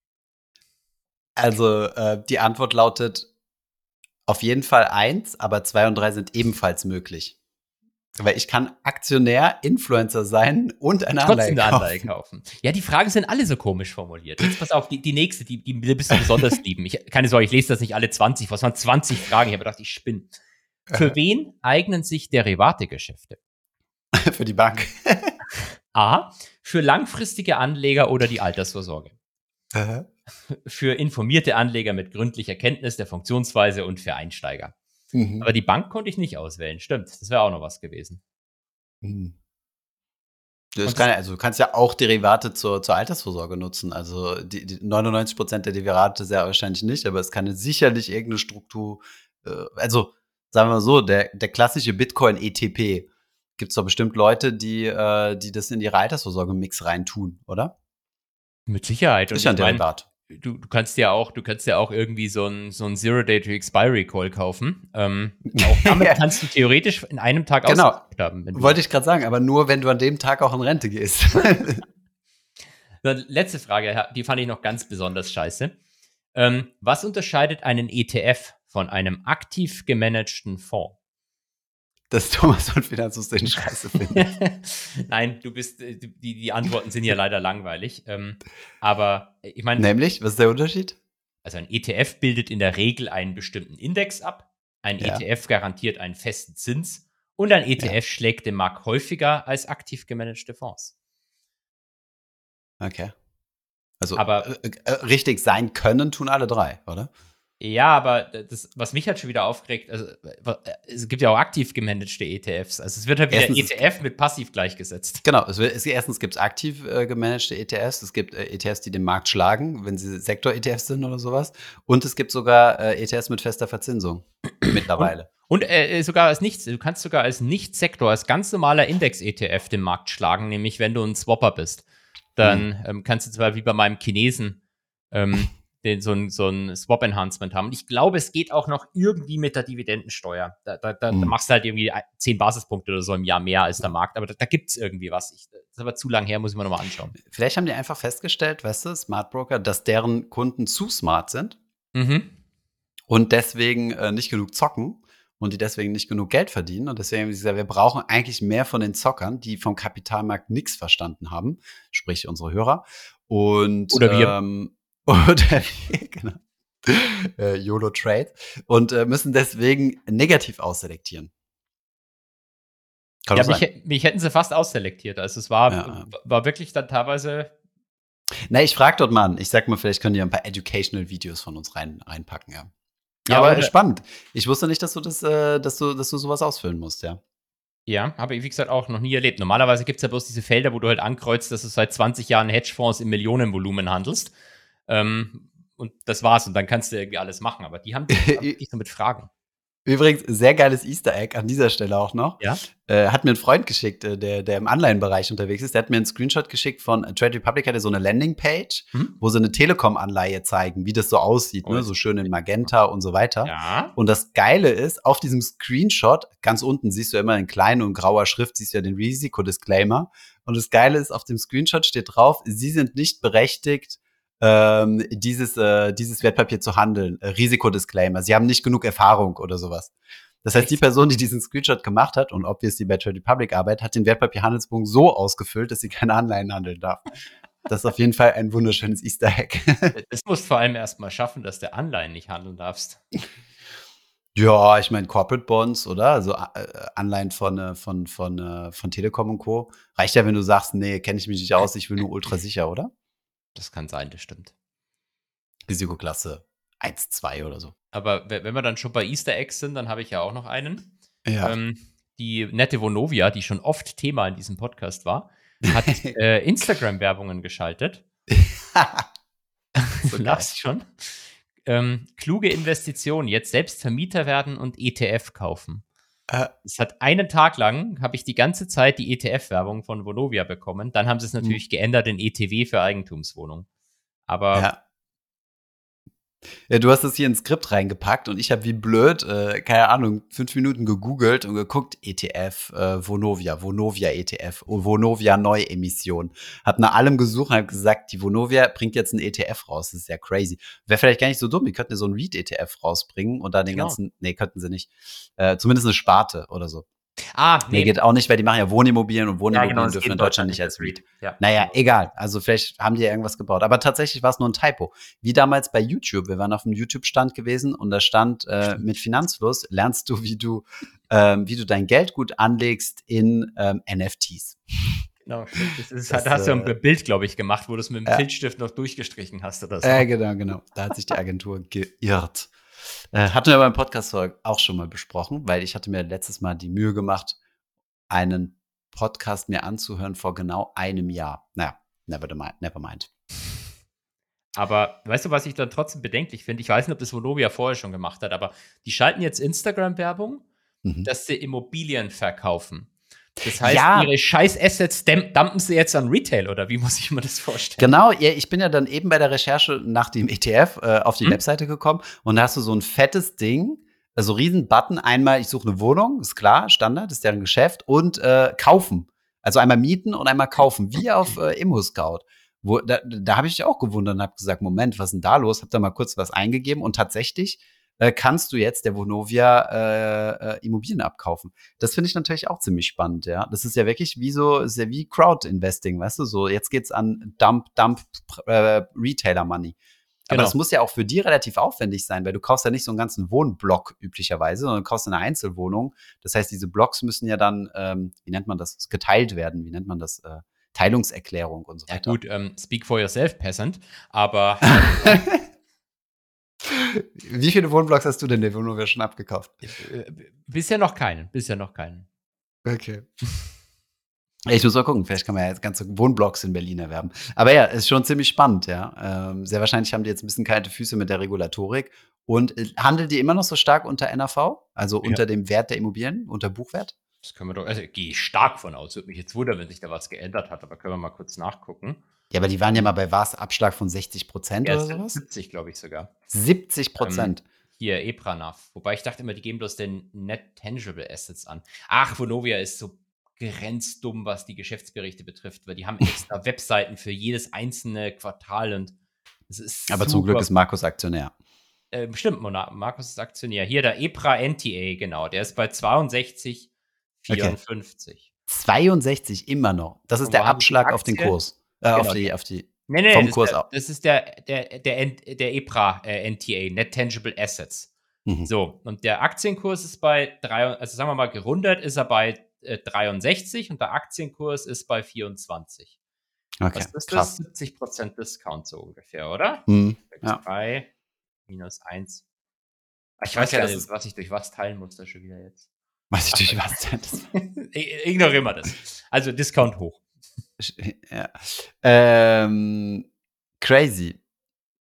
Also äh, die Antwort lautet auf jeden Fall eins, aber zwei und drei sind ebenfalls möglich. Weil ich kann Aktionär, Influencer sein und eine Anleihe Trotzdem eine kaufen. Anleihe kaufen. Ja, die Fragen sind alle so komisch formuliert. Jetzt pass auf, die, die nächste, die, die bist du besonders lieben. Ich, keine Sorge, ich lese das nicht alle zwanzig. Was waren zwanzig Fragen? Ich habe gedacht, ich spinne. Für wen eignen sich Derivategeschäfte? Für die Bank. A. Für langfristige Anleger oder die Altersvorsorge. Äh, Für informierte Anleger mit gründlicher Kenntnis der Funktionsweise und für Einsteiger. mhm. Aber die Bank konnte ich nicht auswählen. Stimmt, das wäre auch noch was gewesen. Mhm. Das Und kann, ja- also du kannst ja auch Derivate zur, zur Altersvorsorge nutzen. Also die, die neunundneunzig Prozent der Derivate sehr wahrscheinlich nicht, aber es kann ja sicherlich irgendeine Struktur, äh, also sagen wir mal so, der, der klassische Bitcoin-E T P, gibt es doch bestimmt Leute, die, äh, die das in ihre Altersvorsorge-Mix reintun, oder? Mit Sicherheit. Und Ist ja ein ich mein, Derivat. du, du kannst ja auch, du kannst ja auch irgendwie so ein, so ein Zero-Day-to-Expiry-Call kaufen. Ähm, auch damit Ja. kannst du theoretisch in einem Tag Genau. ausgesucht haben. Wenn du Wollte ich gerade sagen, aber nur, wenn du an dem Tag auch in Rente gehst. Dann letzte Frage, die fand ich noch ganz besonders scheiße. Ähm, was unterscheidet einen E T F von einem aktiv gemanagten Fonds? Dass Thomas von Finanzsystem scheiße findet. Nein, du bist, äh, die, die Antworten sind ja leider langweilig. Ähm, aber äh, ich meine, Nämlich, was ist der Unterschied? also ein E T F bildet in der Regel einen bestimmten Index ab. Ein Ja. E T F garantiert einen festen Zins. Und ein E T F schlägt den Markt häufiger als aktiv gemanagte Fonds. Okay. Also Aber- äh, äh, richtig sein können tun alle drei, oder? Ja, aber das, was mich halt schon wieder aufregt, also äh, es gibt ja auch aktiv gemanagte E T Fs. Also es wird halt wieder Erstens- E T F mit passiv gleichgesetzt. Genau. Es, wird- es, erstens gibt es aktiv äh, gemanagte E T Fs. Es gibt äh, E T Fs, die den Markt schlagen, wenn sie Sektor-E T Fs sind oder sowas. Und es gibt sogar äh, E T Fs mit fester Verzinsung mittlerweile. Und äh, sogar als nicht, du kannst sogar als Nicht-Sektor, als ganz normaler Index-E T F den Markt schlagen, nämlich wenn du ein Swapper bist. Dann ähm, kannst du zwar wie bei meinem Chinesen ähm, den, so ein, so ein Swap-Enhancement haben. Und ich glaube, es geht auch noch irgendwie mit der Dividendensteuer. Da, da, da, Mhm. da machst du halt irgendwie zehn Basispunkte oder so im Jahr mehr als der Markt. Aber da, da gibt es irgendwie was. Ich, das ist aber zu lang her, muss ich mir nochmal anschauen. Vielleicht haben die einfach festgestellt, weißt du, Smart Broker, dass deren Kunden zu smart sind Mhm. und deswegen äh, nicht genug zocken und die deswegen nicht genug Geld verdienen. Und deswegen haben sie gesagt, wir brauchen eigentlich mehr von den Zockern, die vom Kapitalmarkt nichts verstanden haben, sprich unsere Hörer. Und, Oder wir. Ähm, oder wir, genau. Äh, YOLO Trade. Und äh, müssen deswegen negativ ausselektieren. Kann Ja, doch mich, sein. hä- mich hätten sie fast ausselektiert. Also es war, Ja. war wirklich dann teilweise. Na, ich frag dort mal an. Ich sag mal, vielleicht können die ein paar Educational Videos von uns rein, reinpacken, ja. Ja, Aber oder- spannend. Ich wusste nicht, dass du das, äh, dass du, dass du sowas ausfüllen musst, ja. Ja, habe ich, wie gesagt, auch noch nie erlebt. Normalerweise gibt es ja bloß diese Felder, wo du halt ankreuzt, dass du seit zwanzig Jahren Hedgefonds im Millionenvolumen handelst. Ähm, und das war's. Und dann kannst du irgendwie alles machen. Aber die haben die haben dich so mit Fragen. Übrigens, sehr geiles Easter Egg an dieser Stelle auch noch. Ja? Äh, hat mir ein Freund geschickt, äh, der, der im Anleihenbereich unterwegs ist. Der hat mir einen Screenshot geschickt von äh, Trade Republic, hatte so eine Landingpage, Hm? wo sie eine Telekom-Anleihe zeigen, wie das so aussieht, Oh, ne? jetzt- So schön in Magenta und so weiter. Ja. Und das Geile ist, auf diesem Screenshot, ganz unten siehst du immer in klein und grauer Schrift, siehst du ja den Risikodisclaimer. Und das Geile ist, auf dem Screenshot steht drauf, Sie sind nicht berechtigt, ähm, dieses, äh, dieses Wertpapier zu handeln. Äh, Risikodisclaimer. Sie haben nicht genug Erfahrung oder sowas. Das heißt, die Echt? Person, die diesen Screenshot gemacht hat und obviously bei Trade Republic arbeitet, hat den Wertpapierhandelsbogen so ausgefüllt, dass sie keine Anleihen handeln darf. Das ist auf jeden Fall ein wunderschönes Easter Egg. Das musst du vor allem erstmal schaffen, dass du Anleihen nicht handeln darfst. Ja, ich meine Corporate Bonds, oder? Also äh, Anleihen von, äh, von, von, äh, von Telekom und Co. Reicht ja, wenn du sagst, nee, kenne ich mich nicht aus, ich will nur ultra sicher, oder? Das kann sein, das stimmt. Risikoklasse eins, zwei oder so. Aber we- wenn wir dann schon bei Easter Eggs sind, dann habe ich ja auch noch einen. Ja. Ähm, die nette Vonovia, die schon oft Thema in diesem Podcast war, hat äh, Instagram-Werbungen geschaltet. So Du lachst schon. Ähm, kluge Investitionen, jetzt selbst Vermieter werden und E T F kaufen. Äh, Es hat einen Tag lang, habe ich die ganze Zeit die E T F-Werbung von Vonovia bekommen. Dann haben sie es natürlich geändert in E T W für Eigentumswohnung. Aber ja. Ja, du hast das hier ins Skript reingepackt und ich habe wie blöd, äh, keine Ahnung, fünf Minuten gegoogelt und geguckt, E T F, äh, Vonovia, Vonovia E T F, oh, Vonovia Neuemission. Hab nach allem gesucht und hab gesagt, die Vonovia bringt jetzt einen E T F raus. Das ist ja crazy. Wäre vielleicht gar nicht so dumm, die könnten ja so einen REIT-E T F rausbringen und da den Genau. ganzen, nee, könnten sie nicht. Äh, zumindest eine Sparte oder so. ah, Nee, geht auch nicht, weil die machen ja Wohnimmobilien und Ja, Wohnimmobilien genau, es dürfen geht in Deutschland nicht als REIT. Ja, Naja, genau. egal. Also vielleicht haben die ja irgendwas gebaut. Aber tatsächlich war es nur ein Typo. Wie damals bei YouTube. Wir waren auf einem YouTube-Stand gewesen und da stand, äh, mit Finanzfluss lernst du, wie du, ähm, wie du dein Geld gut anlegst in ähm, N F Ts. Genau, stimmt. Das ist, Das, da hast du äh, ein Bild, glaube ich, gemacht, wo du es mit dem ja. Filzstift noch durchgestrichen hast oder so. Äh, genau, genau. Da hat sich die Agentur geirrt. Äh, hatten wir beim Podcast auch schon mal besprochen, weil ich hatte mir letztes Mal die Mühe gemacht, einen Podcast mir anzuhören vor genau einem Jahr. Naja, never mind. Never mind. Aber weißt du, was ich dann trotzdem bedenklich finde? Ich weiß nicht, ob das Vonovia vorher schon gemacht hat, aber die schalten jetzt Instagram-Werbung, Mhm. dass sie Immobilien verkaufen. Das heißt, Ja. ihre scheiß Assets däm- dumpen sie jetzt an Retail, oder wie muss ich mir das vorstellen? Genau, ja, ich bin ja dann eben bei der Recherche nach dem E T F äh, auf die Hm? Webseite gekommen und da hast du so ein fettes Ding, also riesen Button, einmal ich suche eine Wohnung, ist klar, Standard, ist deren Geschäft und äh, kaufen. Also einmal mieten und einmal kaufen, wie auf äh, ImmoScout. Wo, da da habe ich mich auch gewundert und habe gesagt, Moment, was ist denn da los? Hab da mal kurz was eingegeben und tatsächlich äh, kannst du jetzt der Vonovia äh, äh, Immobilien abkaufen. Das finde ich natürlich auch ziemlich spannend, ja. Das ist ja wirklich wie so, ist ja wie Crowd-Investing, weißt du, so jetzt geht's an Dump, Dump äh, Retailer-Money. Aber Genau. das muss ja auch für die relativ aufwendig sein, weil du kaufst ja nicht so einen ganzen Wohnblock üblicherweise, sondern du kaufst eine Einzelwohnung. Das heißt, diese Blocks müssen ja dann, ähm, wie nennt man das, geteilt werden, wie nennt man das, äh, Teilungserklärung und so Ja weiter. gut, ähm, speak for yourself, Peasant, aber Wie viele Wohnblocks hast du denn der Vonovia schon abgekauft? äh, bisher noch keinen, bisher noch keinen. Okay. Ich muss mal gucken, vielleicht kann man ja jetzt ganze Wohnblocks in Berlin erwerben. Aber ja, ist schon ziemlich spannend, ja. Ähm, sehr wahrscheinlich haben die jetzt ein bisschen kalte Füße mit der Regulatorik. Und äh, handelt die immer noch so stark unter N A V? Also Ja. unter dem Wert der Immobilien, unter Buchwert? Das können wir doch, also gehe ich stark von aus. Würde mich jetzt wundern, wenn sich da was geändert hat, aber können wir mal kurz nachgucken. Ja, aber die waren ja mal bei was? Abschlag von sechzig Prozent Ja, oder es sind sowas? siebzig, glaube ich sogar. siebzig Prozent. Hier, EPRANAV. Wobei ich dachte immer, die geben bloß den Net Tangible Assets an. Ach, Vonovia ist so grenzdumm, was die Geschäftsberichte betrifft, weil die haben extra Webseiten für jedes einzelne Quartal und es ist Aber zum Glück super- ist Markus Aktionär. äh, bestimmt, Mona- Markus ist Aktionär. Hier, der EPRA N T A, genau, der ist bei zweiundsechzig vierundfünfzig. zweiundsechzig immer noch. Das ist Und der wo haben die Abschlag auf den Aktie? Kurs. Äh, auf Genau. die, auf die. Nee, nee, Vom das, Kurs ist ab. der, das ist der, der, der, N- der EPRA äh, N T A, Net Tangible Assets. Mhm. So, und der Aktienkurs ist bei drei, also sagen wir mal gerundet, ist er bei äh, dreiundsechzig und der Aktienkurs ist bei vierundzwanzig. Okay, Was ist das? krass. siebzig Prozent Discount so ungefähr, oder? Mhm. Ja. drei minus eins. Ich Ich weiß weiß gar ja, nicht, das ist- was ich durch was teilen muss, da schon wieder jetzt. Weiß ich durch was das Ignorieren wir das. Also Discount hoch. Ja. Ähm, crazy.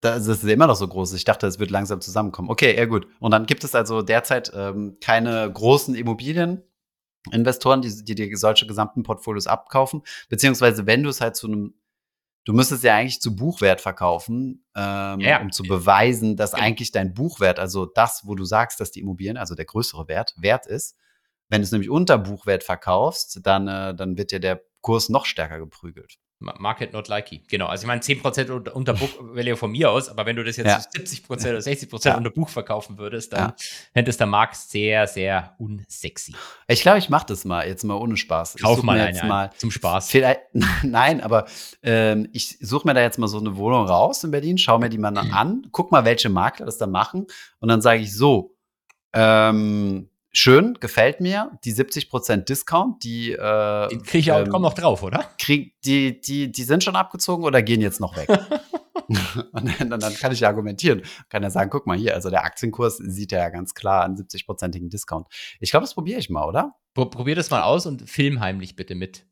Das ist immer noch so groß. Ich dachte, es wird langsam zusammenkommen. Okay, ja gut. Und dann gibt es also derzeit ähm, keine großen Immobilieninvestoren, die, die dir solche gesamten Portfolios abkaufen. Beziehungsweise, wenn du es halt zu einem, du müsstest ja eigentlich zu Buchwert verkaufen, ähm, Ja, ja. um zu beweisen, dass Genau. eigentlich dein Buchwert, also das, wo du sagst, dass die Immobilien, also der größere Wert, wert ist. Wenn du es nämlich unter Buchwert verkaufst, dann, äh, dann wird dir der Kurs noch stärker geprügelt. Ma- Market not likey. Genau. Also ich meine, zehn Prozent unter, unter Book Value von mir aus, aber wenn du das jetzt Ja. zu siebzig Prozent oder sechzig Prozent Ja. unter Buch verkaufen würdest, dann Ja. fände es der Markt sehr, sehr unsexy. Ich glaube, ich mache das mal, jetzt mal ohne Spaß. Ich Kauf such mal mir eine jetzt ein, mal zum Spaß. Vielleicht, nein, aber ähm, ich suche mir da jetzt mal so eine Wohnung raus in Berlin, schaue mir die mal an, guck mal, welche Makler das da machen und dann sage ich so, ähm, schön, gefällt mir, die siebzig Prozent Discount, die äh, Den kriege ich auch, ähm, komm noch drauf, oder? krieg, die, die, die sind schon abgezogen oder gehen jetzt noch weg? Und dann, dann kann ich ja argumentieren. Kann ja sagen, guck mal hier, also der Aktienkurs sieht ja ganz klar einen siebzig-prozentigen Discount. Ich glaube, das probiere ich mal, oder? Pro- Probier das mal aus und film heimlich bitte mit.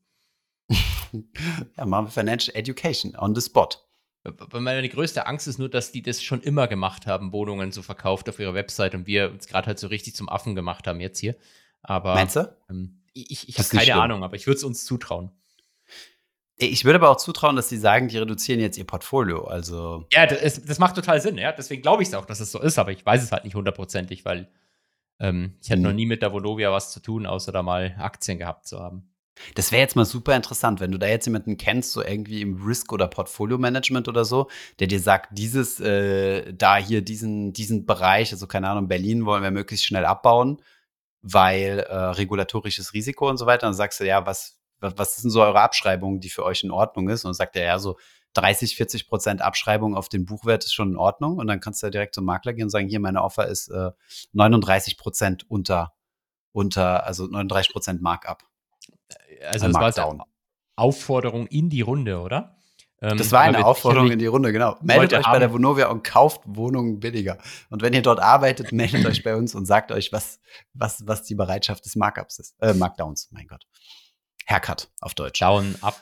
Ja, machen wir Financial Education on the spot. Weil meine größte Angst ist nur, dass die das schon immer gemacht haben, Wohnungen so verkauft auf ihrer Website und wir uns gerade halt so richtig zum Affen gemacht haben jetzt hier. Aber Meinst du? ähm, ich, ich Das habe ist nicht keine schlimm. Ahnung, aber ich würde es uns zutrauen. Ich würde aber auch zutrauen, dass sie sagen, die reduzieren jetzt ihr Portfolio. Also Ja, das, das macht total Sinn, ja. Deswegen glaube ich es auch, dass es so ist, aber ich weiß es halt nicht hundertprozentig, weil ähm, ich hatte Mhm. noch nie mit der Vonovia was zu tun, außer da mal Aktien gehabt zu haben. das wäre jetzt mal super interessant, wenn du da jetzt jemanden kennst, so irgendwie im Risk- oder Portfolio-Management oder so, der dir sagt, dieses, äh, da hier, diesen, diesen Bereich, also keine Ahnung, Berlin wollen wir möglichst schnell abbauen, weil äh, regulatorisches Risiko und so weiter. Dann sagst du, ja, was, was, was ist denn so eure Abschreibung, die für euch in Ordnung ist? Und dann sagt er, ja, so dreißig, vierzig Prozent Abschreibung auf den Buchwert ist schon in Ordnung. Und dann kannst du ja direkt zum Makler gehen und sagen, hier, meine Offer ist äh, neununddreißig Prozent unter, unter, also neununddreißig Prozent Markup. Also Ein das war jetzt Markdown. eine Aufforderung in die Runde, oder? Ähm, Das war weil eine wir Aufforderung sicherlich in die Runde, genau. Meldet Leute euch bei haben- der Vonovia und kauft Wohnungen billiger. Und wenn ihr dort arbeitet, meldet euch bei uns und sagt euch, was, was, was die Bereitschaft des Markups ist. Äh, Markdowns, mein Gott. Haircut auf Deutsch. Down, up.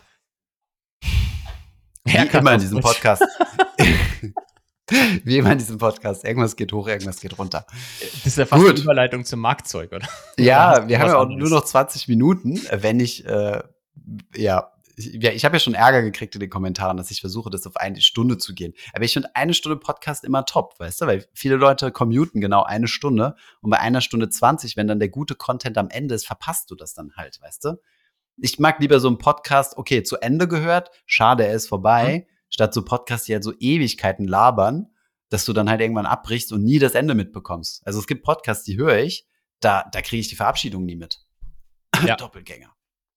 Wie Haircut immer in auf diesem Deutsch. Podcast. Wie immer in diesem Podcast. Irgendwas geht hoch, irgendwas geht runter. Das ist ja fast Gut. eine Überleitung zum Marktzeug, oder? Ja, Oder hast wir du haben was ja auch anderes? nur noch zwanzig Minuten, wenn ich, äh, ja, ich, ja, ich habe ja schon Ärger gekriegt in den Kommentaren, dass ich versuche, das auf eine Stunde zu gehen. Aber ich finde eine Stunde Podcast immer top, weißt du, weil viele Leute commuten genau eine Stunde und bei einer Stunde zwanzig, wenn dann der gute Content am Ende ist, verpasst du das dann halt, weißt du? Ich mag lieber so einen Podcast, okay, zu Ende gehört, schade, er ist vorbei, Mhm. statt so Podcasts, die halt so Ewigkeiten labern, dass du dann halt irgendwann abbrichst und nie das Ende mitbekommst. Also es gibt Podcasts, die höre ich, da, da kriege ich die Verabschiedung nie mit. Ja. Doppelgänger.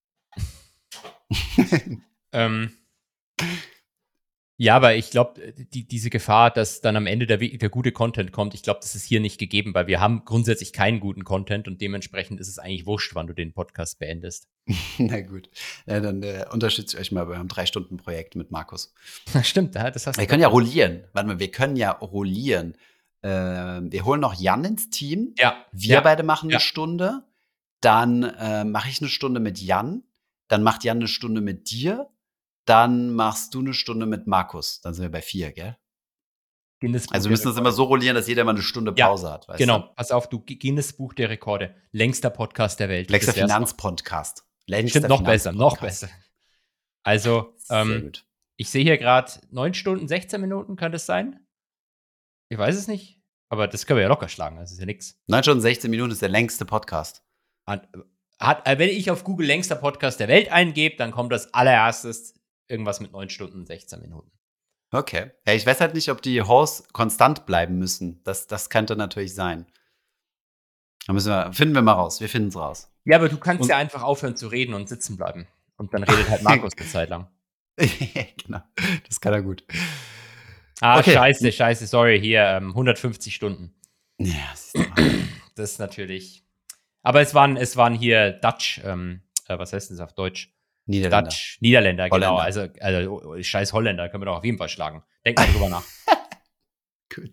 Ähm, ja, aber ich glaube, die, diese Gefahr, dass dann am Ende der, der gute Content kommt, ich glaube, das ist hier nicht gegeben, weil wir haben grundsätzlich keinen guten Content und dementsprechend ist es eigentlich wurscht, wann du den Podcast beendest. Na gut, ja, dann äh, unterstütze ich euch mal bei eurem Drei-Stunden-Projekt mit Markus. Stimmt, ja, das hast du. Wir können ja rollieren. Warte mal, wir können ja rollieren. Ähm, wir holen noch Jan ins Team. Ja, Wir ja, beide machen eine ja. Stunde. Dann äh, mache ich eine Stunde mit Jan. Dann macht Jan eine Stunde mit dir. Dann machst du eine Stunde mit Markus. Dann sind wir bei vier, gell? Guinness Buch Also wir der müssen das Rekorde. immer so rollieren, dass jeder mal eine Stunde Ja, Pause hat. Weißt Genau, Du? pass auf, du Guinness Buch der Rekorde. Längster Podcast der Welt. Längster Das wär's noch. Finanzpodcast. Längster Stimmt, noch besser, noch Finanzpodcast. besser. Also, Sehr ähm, gut. ich sehe hier gerade neun Stunden, sechzehn Minuten, kann das sein? Ich weiß es nicht, aber das können wir ja locker schlagen, das ist ja nix. neun Stunden, sechzehn Minuten ist der längste Podcast. Hat, hat, äh, wenn ich auf Google längster Podcast der Welt eingebe, dann kommt das allererstes irgendwas mit neun Stunden, sechzehn Minuten. Okay. Ja, ich weiß halt nicht, ob die Hosts konstant bleiben müssen. Das, das könnte natürlich sein. Da müssen wir, finden wir mal raus. Wir finden es raus. Ja, aber du kannst Und- ja einfach aufhören zu reden und sitzen bleiben. Und dann redet halt Markus eine Zeit lang. Genau. Das kann er gut. Ah, Okay. scheiße, scheiße, sorry, hier ähm, hundertfünfzig Stunden. Ja, siehst du mal. Das ist natürlich. Aber es waren, es waren hier Dutch, ähm, äh, was heißt das auf Deutsch? Niederländer. Dutch, Niederländer, genau. Holländer. Also, also oh, scheiß Holländer, können wir doch auf jeden Fall schlagen. Denk mal drüber nach. Gut.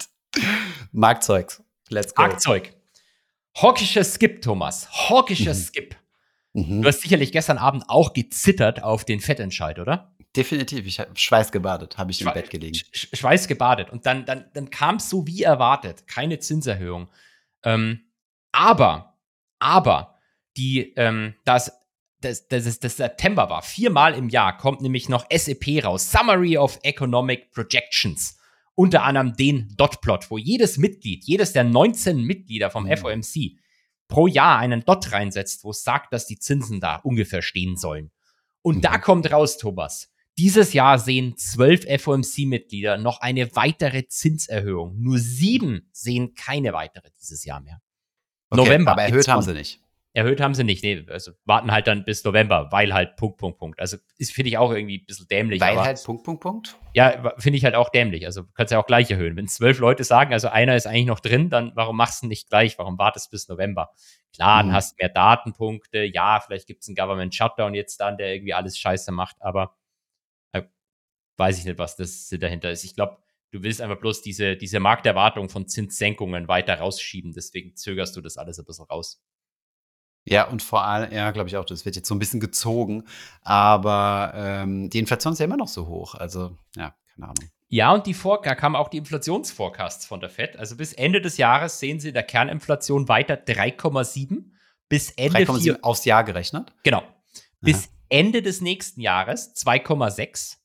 Marktzeugs. Let's go. Marktzeug. Hockischer Skip, Thomas. Hockischer Mhm. Skip. Mhm. Du hast sicherlich gestern Abend auch gezittert auf den Fettentscheid, oder? Definitiv. Ich habe Schweiß gebadet, habe ich im Schwe- Bett gelegen. Sch- Schweiß gebadet. Und dann, dann, dann kam es so wie erwartet. Keine Zinserhöhung. Ähm, aber, aber, die, ähm, das, das, das, ist, das September war, viermal im Jahr kommt nämlich noch S E P raus. Summary of Economic Projections. Unter anderem den Dotplot, wo jedes Mitglied, jedes der neunzehn Mitglieder vom Mhm. F O M C pro Jahr einen Dot reinsetzt, wo es sagt, dass die Zinsen da ungefähr stehen sollen. Und Mhm. da kommt raus, Thomas. Dieses Jahr sehen zwölf F O M C-Mitglieder noch eine weitere Zinserhöhung. Nur sieben sehen keine weitere dieses Jahr mehr. Okay, November. aber erhöht gibt's haben von- sie nicht. Erhöht haben sie nicht. Nee, also warten halt dann bis November, weil halt Punkt, Punkt, Punkt. Also ist, finde ich auch irgendwie ein bisschen dämlich. Weil aber, halt Punkt, Punkt, Punkt. Ja, finde ich halt auch dämlich. Also du kannst ja auch gleich erhöhen. Wenn zwölf Leute sagen, also einer ist eigentlich noch drin, dann warum machst du nicht gleich? Warum wartest du bis November? Klar, dann Mhm. hast du mehr Datenpunkte. Ja, vielleicht gibt es einen Government Shutdown jetzt dann, der irgendwie alles scheiße macht. Aber äh, weiß ich nicht, was das dahinter ist. Ich glaube, du willst einfach bloß diese, diese Markterwartung von Zinssenkungen weiter rausschieben. Deswegen zögerst du das alles ein bisschen raus. Ja, und vor allem, ja, glaube ich auch, das wird jetzt so ein bisschen gezogen, aber ähm, die Inflation ist ja immer noch so hoch. Also, ja, keine Ahnung. Ja, und die Vor da kamen auch die Inflationsforecasts von der Fed. Also bis Ende des Jahres sehen sie in der Kerninflation weiter drei Komma sieben. Bis Ende drei Komma sieben vier, aufs Jahr gerechnet. genau. Bis Ende des nächsten Jahres zwei Komma sechs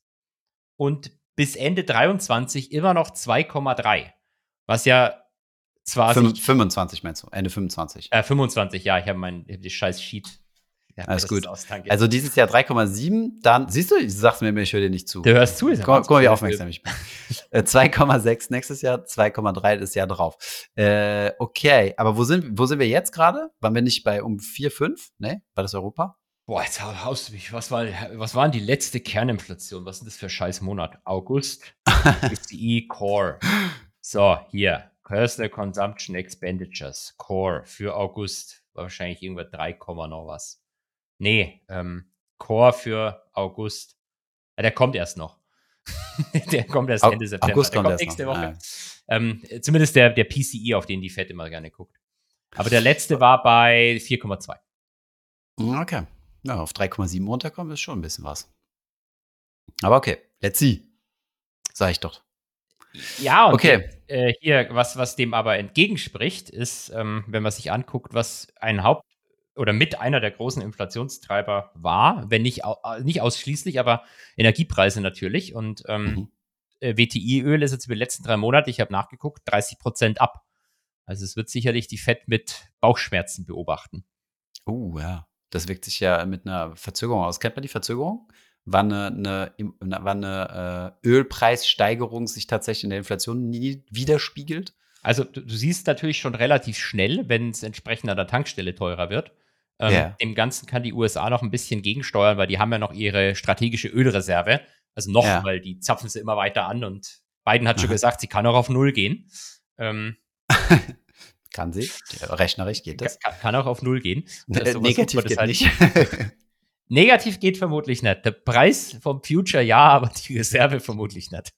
und bis Ende dreiundzwanzig immer noch zwei Komma drei. Was ja zwar Fünf- sich, fünfundzwanzig meinst du? Ende fünfundzwanzig. äh, fünfundzwanzig, ja, ich habe mein ich hab die scheiß Sheet. Ja, Alles das gut. ist austangiert. Also dieses Jahr drei Komma sieben, dann, siehst du, du sagst mir immer, ich höre dir nicht zu. Du hörst zu, ist ja Guck, guck mal, wie Wahnsinn. aufmerksam ich bin. Äh, zwei Komma sechs nächstes Jahr, zwei Komma drei das Jahr drauf. Äh, okay, aber wo sind, wo sind wir jetzt gerade? Waren wir nicht bei um vier, fünf? Ne? War das Europa? Boah, jetzt haust du mich. Was war, was war denn die letzte Kerninflation? Was ist denn das für ein scheiß Monat? August? P C E Core. So, hier. Personal Consumption Expenditures. Core für August. War wahrscheinlich irgendwas drei, noch was. Nee, ähm, Core für August. Ja, der kommt erst noch. Der kommt erst Au- Ende September. August der kommt kommt erst nächste noch, Woche. ja. Ähm, zumindest der, der P C E, auf den die Fed immer gerne guckt. Aber der letzte war bei vier Komma zwei. Okay. Ja, auf drei Komma sieben runterkommen ist schon ein bisschen was. Aber okay, let's see. Sag ich doch. Ja, und Okay. äh, hier, was, was dem aber entgegenspricht, ist, ähm, wenn man sich anguckt, was ein Haupt- oder mit einer der großen Inflationstreiber war, wenn nicht, au- äh, nicht ausschließlich, aber Energiepreise natürlich. Und ähm, Mhm. äh, W T I-Öl ist jetzt über die letzten drei Monate, ich habe nachgeguckt, dreißig Prozent ab. Also es wird sicherlich die Fed mit Bauchschmerzen beobachten. Oh, ja. Das wirkt sich ja mit einer Verzögerung aus. Kennt man die Verzögerung? Wann eine, eine, wann eine äh, Ölpreissteigerung sich tatsächlich in der Inflation nie widerspiegelt? Also du, du siehst natürlich schon relativ schnell, wenn es entsprechend an der Tankstelle teurer wird. Ähm, Ja. Dem Ganzen kann die U S A noch ein bisschen gegensteuern, weil die haben ja noch ihre strategische Ölreserve. Also noch, Ja. weil die zapfen sie immer weiter an und Biden hat schon Aha. gesagt, sie kann auch auf Null gehen. Ähm, Kann sie? Rechnerisch geht das. kann, kann auch auf Null gehen. Äh, Also, was negativ super, das geht halt- nicht. Negativ geht vermutlich nicht. Der Preis vom Future ja, aber die Reserve vermutlich nicht.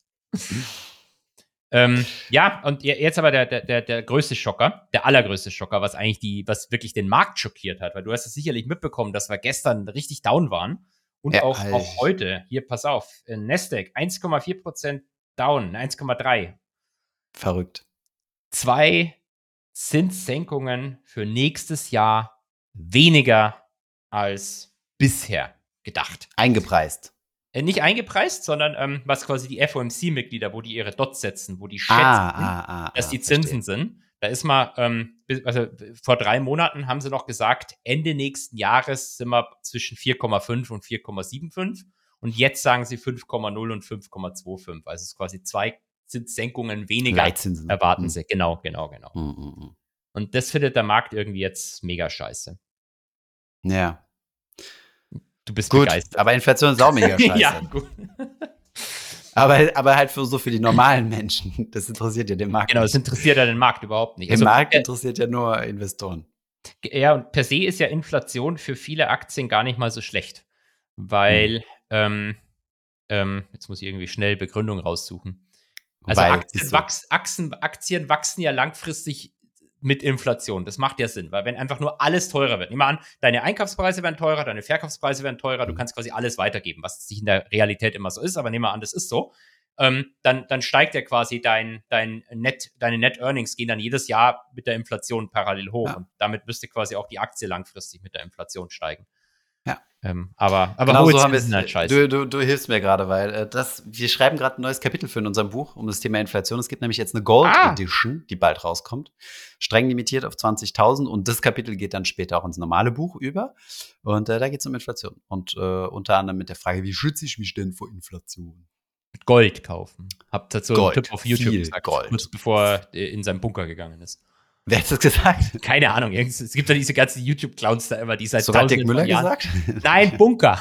ähm, ja, und je- jetzt aber der, der, der, der größte Schocker, der allergrößte Schocker, was eigentlich die, was wirklich den Markt schockiert hat, weil du hast es sicherlich mitbekommen, dass wir gestern richtig down waren und Ja, auch, Alter. auch heute, hier, pass auf, äh, Nasdaq eins Komma vier Prozent down, eins Komma drei. Verrückt. Zwei Zinssenkungen für nächstes Jahr weniger als bisher gedacht. Eingepreist. Äh, nicht eingepreist, sondern ähm, was quasi die F O M C-Mitglieder, wo die ihre Dots setzen, wo die schätzen, Ah, ah, ah. dass ah, die Zinsen verstehe. sind. Da ist mal, ähm, bis- also vor drei Monaten haben sie noch gesagt, Ende nächsten Jahres sind wir zwischen vier Komma fünf und vier Komma fünfundsiebzig. Und jetzt sagen sie fünf Komma null und fünf Komma fünfundzwanzig. Also es ist quasi zwei Zinssenkungen weniger Leitzinsen. erwarten Hm. sie. Genau, genau, genau. Hm, hm, hm. Und das findet der Markt irgendwie jetzt mega scheiße. Ja. Du bist Gut, begeistert. aber Inflation ist auch mega scheiße. ja, gut. aber, aber halt für so für die normalen Menschen. Das interessiert ja den Markt Genau, das nicht. interessiert ja den Markt überhaupt nicht. Den Also, Markt äh, interessiert ja nur Investoren. ja, und per se ist ja Inflation für viele Aktien gar nicht mal so schlecht. Weil, ähm, ähm, jetzt muss ich irgendwie schnell Begründung raussuchen. Also Weil, Aktien, ist so. wachs, Aktien, Aktien wachsen ja langfristig mit Inflation. Das macht ja Sinn, weil wenn einfach nur alles teurer wird, nehmen wir an, deine Einkaufspreise werden teurer, deine Verkaufspreise werden teurer, du kannst quasi alles weitergeben, was nicht in der Realität immer so ist, aber nehmen wir an, das ist so. Ähm, dann, dann steigt ja quasi dein, dein Net, deine Net Earnings gehen dann jedes Jahr mit der Inflation parallel hoch. Ja. Und damit müsste quasi auch die Aktie langfristig mit der Inflation steigen. Ja. Ähm, aber aber genau hohe so haben wir Zinsen es. halt scheiße. Du, du, du hilfst mir gerade, weil äh, das, wir schreiben gerade ein neues Kapitel für in unserem Buch um das Thema Inflation. Es gibt nämlich jetzt eine Gold Ah. Edition, die bald rauskommt. Streng limitiert auf zwanzigtausend. Und das Kapitel geht dann später auch ins normale Buch über. Und äh, da geht es um Inflation. Und äh, unter anderem mit der Frage, wie schütze ich mich denn vor Inflation? Gold kaufen. Habt dazu einen Gold, Tipp auf YouTube viel gesagt, Gold. kurz bevor er in seinen Bunker gegangen ist. Wer hat das gesagt? Keine Ahnung. Es gibt ja diese ganzen YouTube-Clowns da immer, die seit Sogar Dick tausenden Müller von Jahren- gesagt? Nein, Bunker.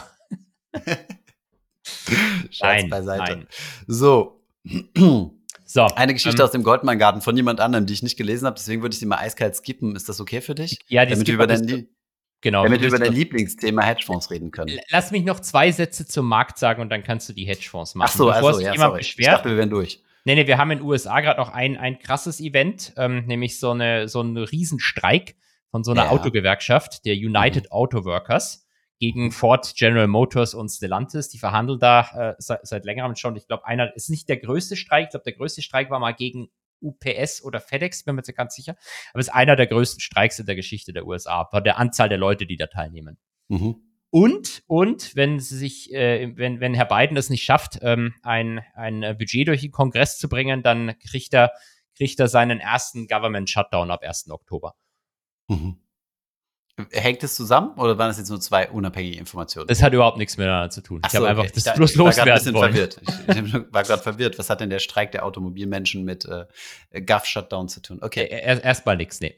Scherz Nein, beiseite. nein. So. So, Eine Geschichte ähm, aus dem Goldmann-Garten von jemand anderem, die ich nicht gelesen habe, deswegen würde ich sie mal eiskalt skippen. Ist das okay für dich? Ja, die damit wir skippen über dein, wir. Lie- genau. damit wir du über dein willst- Lieblingsthema Hedgefonds reden können. Lass mich noch zwei Sätze zum Markt sagen und dann kannst du die Hedgefonds machen. Ach so, Bevor also, sich ja, jemand sorry. Ich beschwert. dachte, wir wären durch. Nee, nee, wir haben in den U S A gerade noch ein, ein krasses Event, ähm, nämlich so eine so einen Riesenstreik von so einer Ja. Autogewerkschaft, der United Auto Workers, gegen Ford, General Motors und Stellantis. Die verhandeln da äh, seit, seit längerem schon. Ich glaube, einer ist nicht der größte Streik. Ich glaube, der größte Streik war mal gegen U P S oder FedEx, bin mir jetzt nicht ganz sicher. Aber es ist einer der größten Streiks in der Geschichte der U S A, bei der Anzahl der Leute, die da teilnehmen. Mhm. Und, und, wenn sie sich, äh, wenn, wenn Herr Biden es nicht schafft, ähm, ein, ein äh, Budget durch den Kongress zu bringen, dann kriegt er, kriegt er seinen ersten Government Shutdown ab ersten Oktober. Mhm. Hängt es zusammen oder waren das jetzt nur zwei unabhängige Informationen? Das hat überhaupt nichts miteinander zu tun. Ach Ich so, habe okay. einfach das Ich da- bloß ich war gerade ein loswerden bisschen wollen. verwirrt. Ich, ich war gerade verwirrt. Was hat denn der Streik der Automobilmenschen mit äh, Gov-Shutdown zu tun? Okay. Äh, Erstmal nichts, nee.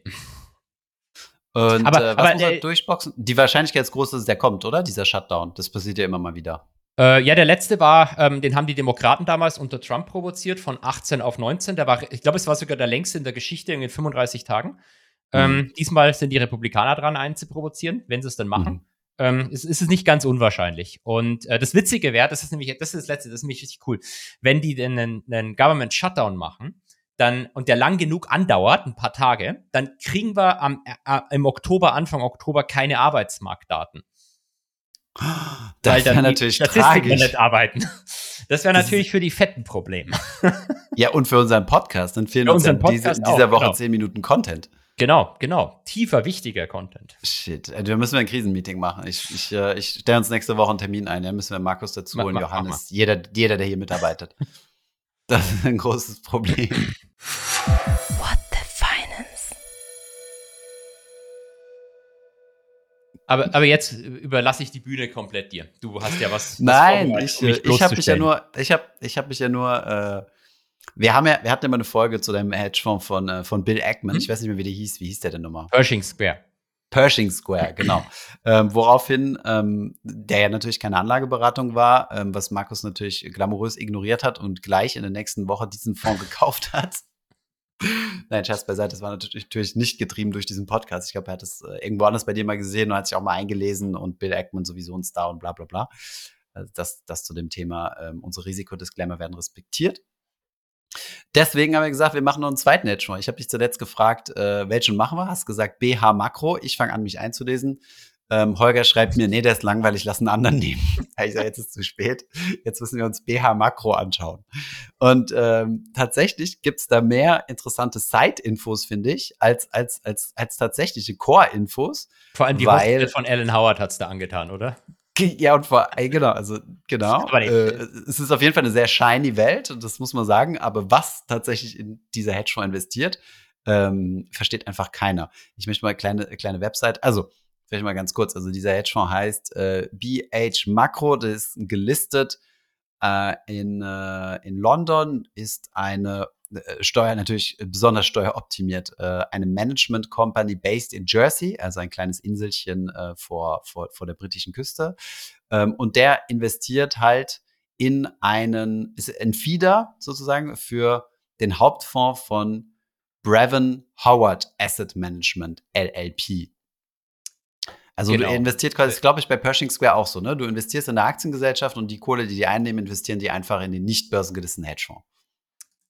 Und aber- äh, was aber, muss er äh, durchboxen? Die Wahrscheinlichkeit ist groß, dass der kommt, oder? Dieser Shutdown. Das passiert ja immer mal wieder. Äh, ja, der letzte war, ähm, den haben die Demokraten damals unter Trump provoziert, von achtzehn auf neunzehn. Der war, ich glaube, es war sogar der längste in der Geschichte, in fünfunddreißig Tagen. Ähm, diesmal sind die Republikaner dran, einen zu provozieren, wenn sie es dann machen. Mhm. Ähm, es, es ist nicht ganz unwahrscheinlich. Und äh, das Witzige wäre, das ist nämlich, das ist das Letzte, das ist nämlich richtig cool, wenn die denn einen, einen Government Shutdown machen, dann, und der lang genug andauert, ein paar Tage, dann kriegen wir am, äh, im Oktober, Anfang Oktober keine Arbeitsmarktdaten. Das Weil dann wäre die natürlich Statistiker tragisch. nicht arbeiten. Das wäre Das natürlich für die Fetten Problem. Ja, und für unseren Podcast. Dann fehlen Für uns ja unseren diese, Podcast dieser auch, Woche genau. zehn Minuten Content. Genau, genau. Tiefer, wichtiger Content. Shit, also da müssen wir ein Krisenmeeting machen. Ich, ich, äh, ich stelle uns nächste Woche einen Termin ein. Da müssen wir Markus dazu Ma- holen, ma- Johannes, jeder, jeder, der hier mitarbeitet. Das ist ein großes Problem. What the Finance? Aber, aber jetzt überlasse ich die Bühne komplett dir. Du hast ja was. was Nein, vorbereitet, ich, um mich äh, ich habe mich ja bloßzustellen. nur, ich habe ich hab mich ja nur, äh, wir haben ja, wir hatten ja mal eine Folge zu dem Hedgefonds von, äh, von Bill Ackman. Hm? Ich weiß nicht mehr, wie der hieß. Wie hieß der denn nochmal? Pershing Square. Pershing Square, genau. ähm, woraufhin, ähm, der ja natürlich keine Anlageberatung war, ähm, was Markus natürlich glamourös ignoriert hat und gleich in der nächsten Woche diesen Fonds gekauft hat. Nein, Scherz beiseite, das war natürlich, natürlich nicht getrieben durch diesen Podcast. Ich glaube, er hat es äh, irgendwo anders bei dir mal gesehen und hat sich auch mal eingelesen und Bill Ackman sowieso ein Star und bla bla bla. Also das, das zu dem Thema, ähm, unsere Risikodisclaimer werden respektiert. Deswegen haben wir gesagt, wir machen noch einen zweiten Hedgefonds. Ich habe dich zuletzt gefragt, äh, welchen machen wir? Hast gesagt B H Makro. Ich fange an, mich einzulesen. Ähm, Holger schreibt mir, nee, der ist langweilig, lass einen anderen nehmen. Ich sage, jetzt ist es zu spät. Jetzt müssen wir uns B H Makro anschauen. Und ähm, tatsächlich gibt's da mehr interessante Side-Infos, finde ich, als, als, als, als tatsächliche Core-Infos. Vor allem die Weil- Hochzeit von Alan Howard hat es da angetan, oder? Ja, und vor äh, genau, also genau. Aber nee. Äh, es ist auf jeden Fall eine sehr shiny Welt, und das muss man sagen, aber was tatsächlich in dieser Hedgefonds investiert, ähm, versteht einfach keiner. Ich möchte mal eine kleine, kleine Website, also vielleicht mal ganz kurz, also dieser Hedgefonds heißt äh, B H Makro, das ist gelistet äh, in, äh, in London, ist eine äh, Steuer, natürlich besonders steueroptimiert, äh, eine Management Company based in Jersey, also ein kleines Inselchen äh, vor, vor, vor der britischen Küste. Ähm, und der investiert halt in einen, ist ein Feeder sozusagen für den Hauptfonds von Brevin Howard Asset Management L L P. Also Genau. du investiert quasi, das glaube ich bei Pershing Square auch so, ne? Du investierst in eine Aktiengesellschaft und die Kohle, die die einnehmen, investieren die einfach in den nicht börsengelisteten Hedgefonds.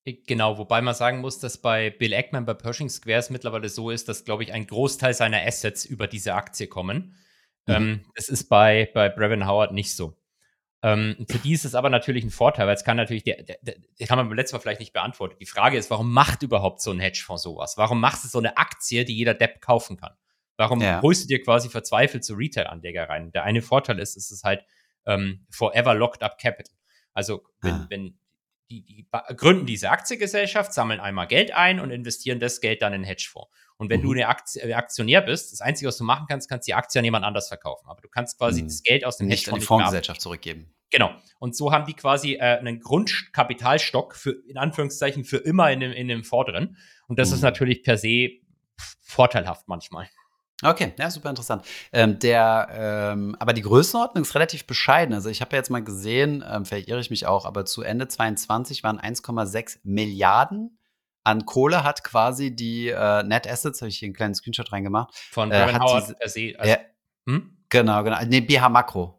Genau, wobei man sagen muss, dass bei Bill Ackman, bei Pershing Squares mittlerweile so ist, dass, glaube ich, ein Großteil seiner Assets über diese Aktie kommen. Mhm. Ähm, das ist bei, bei Brevin Howard nicht so. Ähm, für die ist es aber natürlich ein Vorteil, weil es kann natürlich, der, der, der, den haben wir beim letzten Mal vielleicht nicht beantwortet. Die Frage ist, warum macht überhaupt so ein Hedgefonds sowas? Warum machst du so eine Aktie, die jeder Depp kaufen kann? Warum Ja. holst du dir quasi verzweifelt so Retail-Anleger rein? Der eine Vorteil ist, es ist halt ähm, forever locked up capital. Also wenn, Ah. wenn die, die ba- gründen diese Aktiengesellschaft, sammeln einmal Geld ein und investieren das Geld dann in einen Hedgefonds. Und wenn Mhm. du eine Aktie, äh, Aktionär bist, das Einzige, was du machen kannst, kannst die Aktie an jemand anders verkaufen. Aber du kannst quasi Mhm. das Geld aus dem Nicht an Hedgefonds die nicht mehr ab- Fondsgesellschaft zurückgeben. Genau. Und so haben die quasi äh, einen Grundkapitalstock für, in Anführungszeichen, für immer in dem, in dem Fonds drin. Und das Mhm. ist natürlich per se vorteilhaft manchmal. Okay, ja, super interessant. Ähm, der, ähm, aber die Größenordnung ist relativ bescheiden. Also ich habe ja jetzt mal gesehen, ähm, vielleicht irre ich mich auch, aber zu Ende zweiundzwanzig waren eins Komma sechs Milliarden an Kohle hat quasi die äh, Net Assets, habe ich hier einen kleinen Screenshot reingemacht. Von Äh, Brevin hat Howard diese- per se. Also, Ja, hm? genau, genau. Nee, B H Makro.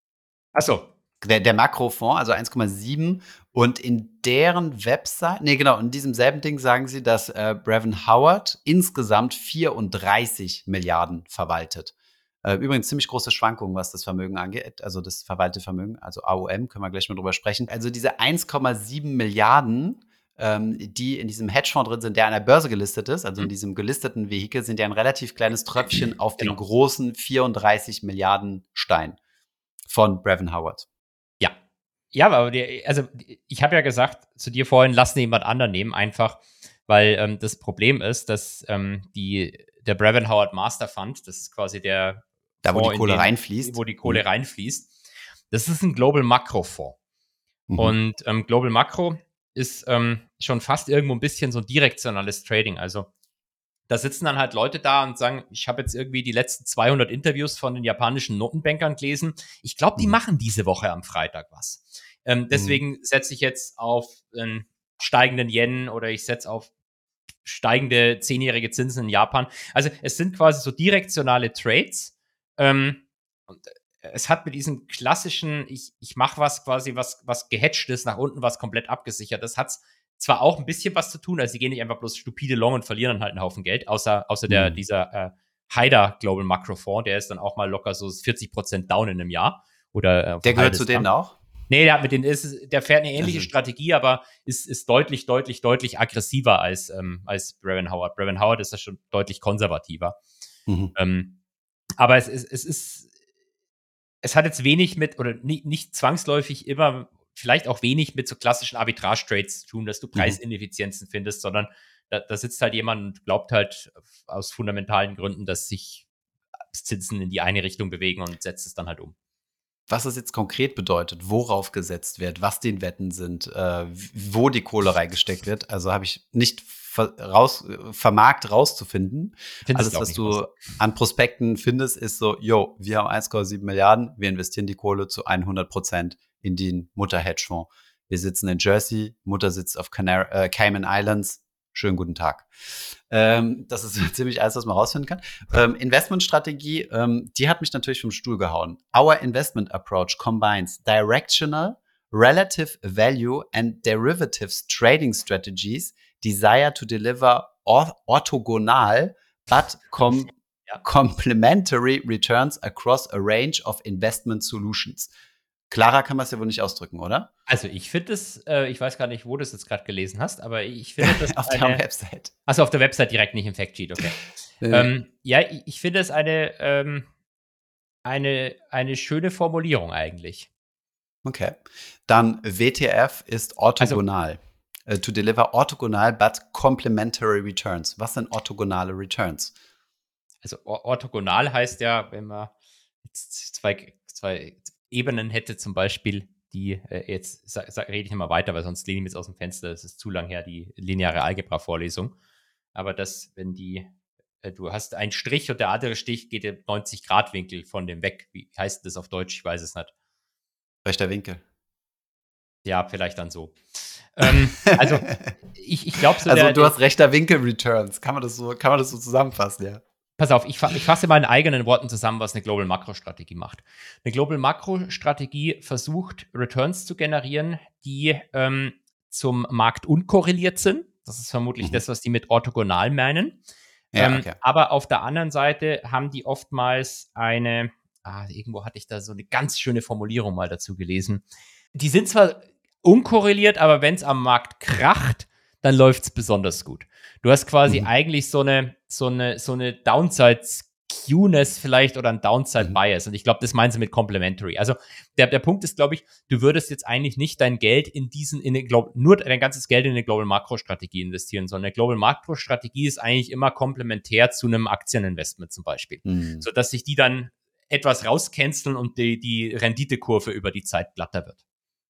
Achso. Der, der Makrofonds, also eins Komma sieben. Und in deren Website, nee, genau, in diesem selben Ding sagen sie, dass äh, Brevin Howard insgesamt vierunddreißig Milliarden verwaltet. Äh, übrigens ziemlich große Schwankungen, was das Vermögen angeht, also das verwaltete Vermögen, also A O M, können wir gleich mal drüber sprechen. Also diese eins Komma sieben Milliarden, ähm, die in diesem Hedgefonds drin sind, der an der Börse gelistet ist, also in Mhm. diesem gelisteten Vehikel, sind ja ein relativ kleines Tröpfchen auf Genau. den großen vierunddreißig Milliarden Stein von Brevin Howard. Ja. Ja, aber die, also ich habe ja gesagt zu dir vorhin, lass jemand anderen nehmen, einfach, weil ähm, das Problem ist, dass ähm, die, der Brevin Howard Master Fund, das ist quasi der Da, wo Fonds, die in Kohle den- reinfließt. wo die Kohle Mhm. reinfließt, das ist ein Global Makro-Fonds. Mhm. Und ähm, Global Makro ist ähm, schon fast irgendwo ein bisschen so ein direktionales Trading. Also da sitzen dann halt Leute da und sagen, ich habe jetzt irgendwie die letzten zweihundert Interviews von den japanischen Notenbankern gelesen. Ich glaube, die Mhm. machen diese Woche am Freitag was. Ähm, deswegen setze ich jetzt auf einen steigenden Yen oder ich setze auf steigende zehnjährige Zinsen in Japan. Also es sind quasi so direktionale Trades. Ähm, und es hat mit diesem klassischen, ich, ich mache was quasi, was, was gehatcht ist, nach unten, was komplett abgesichert ist, hat zwar auch ein bisschen was zu tun, also sie gehen nicht einfach bloß stupide long und verlieren dann halt einen Haufen Geld, außer, außer der, Mhm. dieser äh, Haider Global Macro Fonds, der ist dann auch mal locker so vierzig Prozent down in einem Jahr. Oder, äh, Der gehört halbes zu denen Jahr. auch? Nee, der, hat mit denen ist, der fährt eine ähnliche Also- Strategie, aber ist, ist deutlich, deutlich, deutlich aggressiver als, ähm, als Brevin Howard. Brevin Howard ist da schon deutlich konservativer. Mhm. Ähm, aber es, es, es ist, es hat jetzt wenig mit, oder nicht, nicht zwangsläufig immer, vielleicht auch wenig mit so klassischen Arbitrage-Trades zu tun, dass du Preisineffizienzen findest, sondern da, da sitzt halt jemand und glaubt halt aus fundamentalen Gründen, dass sich Zinsen in die eine Richtung bewegen und setzt es dann halt um. Was das jetzt konkret bedeutet, worauf gesetzt wird, was den Wetten sind, äh, wo die Kohle reingesteckt wird, also habe ich nicht ver raus, vermarkt rauszufinden. Findest Alles, auch was nicht du raus. an Prospekten findest, ist so, yo, wir haben eins Komma sieben Milliarden, wir investieren die Kohle zu hundert Prozent in den Mutter-Hedgefonds. Wir sitzen in Jersey, Mutter sitzt auf Canar äh, Cayman Islands. Schönen guten Tag. Ähm, das ist ziemlich alles, was man rausfinden kann. Ähm, Investmentstrategie, ähm, die hat mich natürlich vom Stuhl gehauen. Our investment approach combines directional, relative value and derivatives trading strategies desire to deliver orth orthogonal but com Ja. complementary returns across a range of investment solutions. Klarer kann man es ja wohl nicht ausdrücken, oder? Also ich finde es, äh, ich weiß gar nicht, wo du es jetzt gerade gelesen hast, aber ich finde das Auf eine, der Website. also auf der Website direkt, nicht im Factsheet, okay. Äh, ähm, ja, ich, ich finde es eine, ähm, eine, eine schöne Formulierung eigentlich. Okay. Dann W T F ist orthogonal. Also, to deliver orthogonal but complementary returns. Was sind orthogonale Returns? Also or orthogonal heißt ja, wenn man jetzt zwei, zwei Ebenen hätte, zum Beispiel, die, äh, jetzt sa, sa, rede ich nicht mal weiter, weil sonst lehne ich mich jetzt aus dem Fenster, das ist zu lang her, die lineare Algebra-Vorlesung. Aber das, wenn die, äh, du hast einen Strich und der andere Stich geht im neunzig Grad Winkel von dem weg. Wie heißt das auf Deutsch? Ich weiß es nicht. Rechter Winkel. Ja, vielleicht dann so. ähm, also, ich, ich glaube so. Also der, du der, hast rechter Winkel Returns. Kann man das so, kann man das so zusammenfassen, ja? Pass auf, ich, fa ich fasse mal in eigenen Worten zusammen, was eine Global Makro Strategie macht. Eine Global Makro Strategie versucht, Returns zu generieren, die ähm, zum Markt unkorreliert sind. Das ist vermutlich Mhm. das, was die mit orthogonal meinen. Ja, ähm, okay. Aber auf der anderen Seite haben die oftmals eine, ah, irgendwo hatte ich da so eine ganz schöne Formulierung mal dazu gelesen. Die sind zwar unkorreliert, aber wenn es am Markt kracht, dann läuft es besonders gut. Du hast quasi Mhm. eigentlich so eine, so eine, so eine Downside-Skewness vielleicht oder ein Mhm. Downside-Bias. Und ich glaube, das meinen sie mit Complementary. Also der, der Punkt ist, glaube ich, du würdest jetzt eigentlich nicht dein Geld in diesen, in eine Glo- nur dein ganzes Geld in eine Global Makro-Strategie investieren, sondern eine Global Makro-Strategie ist eigentlich immer komplementär zu einem Aktieninvestment zum Beispiel. Mhm. Sodass sich die dann etwas rauscanceln und die, die Renditekurve über die Zeit glatter wird.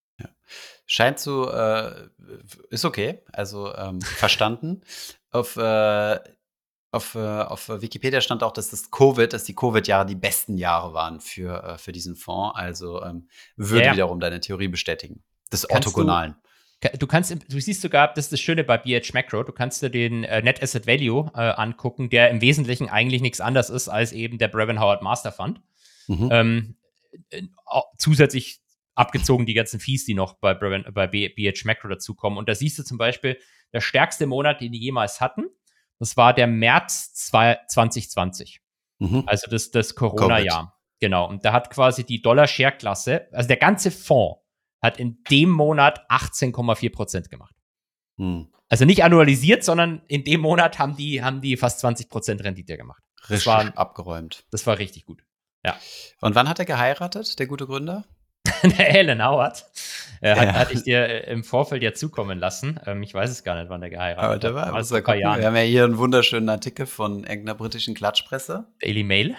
Scheint so, äh, ist okay, also ähm, verstanden. auf, äh, auf, äh, auf Wikipedia stand auch, dass das Covid, dass die Covid-Jahre die besten Jahre waren für, äh, für diesen Fonds. Also ähm, würde Ja, ja. wiederum deine Theorie bestätigen. Des Kannst du- Orthogonalen. Ka- Du kannst, im- du siehst sogar, das ist das Schöne bei B H Macro, du kannst dir den äh, Net Asset Value äh, angucken, der im Wesentlichen eigentlich nichts anderes ist als eben der Brevin Howard Master Fund. Mhm. Ähm, äh, au- zusätzlich abgezogen die ganzen Fees, die noch bei, Brevin, bei B- BH Macro dazukommen. Und da siehst du zum Beispiel, der stärkste Monat, den die jemals hatten, das war der März zwanzig zwanzig. Mhm. Also das, das Corona-Jahr. Genau. Und da hat quasi die Dollar-Share-Klasse, also der ganze Fonds, hat in dem Monat achtzehn Komma vier Prozent gemacht. Hm. Also nicht annualisiert, sondern in dem Monat haben die, haben die fast zwanzig Prozent Rendite gemacht. Das Richtig war, abgeräumt. das war richtig gut. Ja. Und wann hat er geheiratet, der gute Gründer? Der Alan Howard äh, hat, Ja. hatte ich dir äh, im Vorfeld ja zukommen lassen. Ähm, ich weiß es gar nicht, wann der geheiratet Aber hat. der war, Mal muss vor mal ein paar gucken. Jahren. Wir haben ja hier einen wunderschönen Artikel von irgendeiner britischen Klatschpresse. Daily Mail.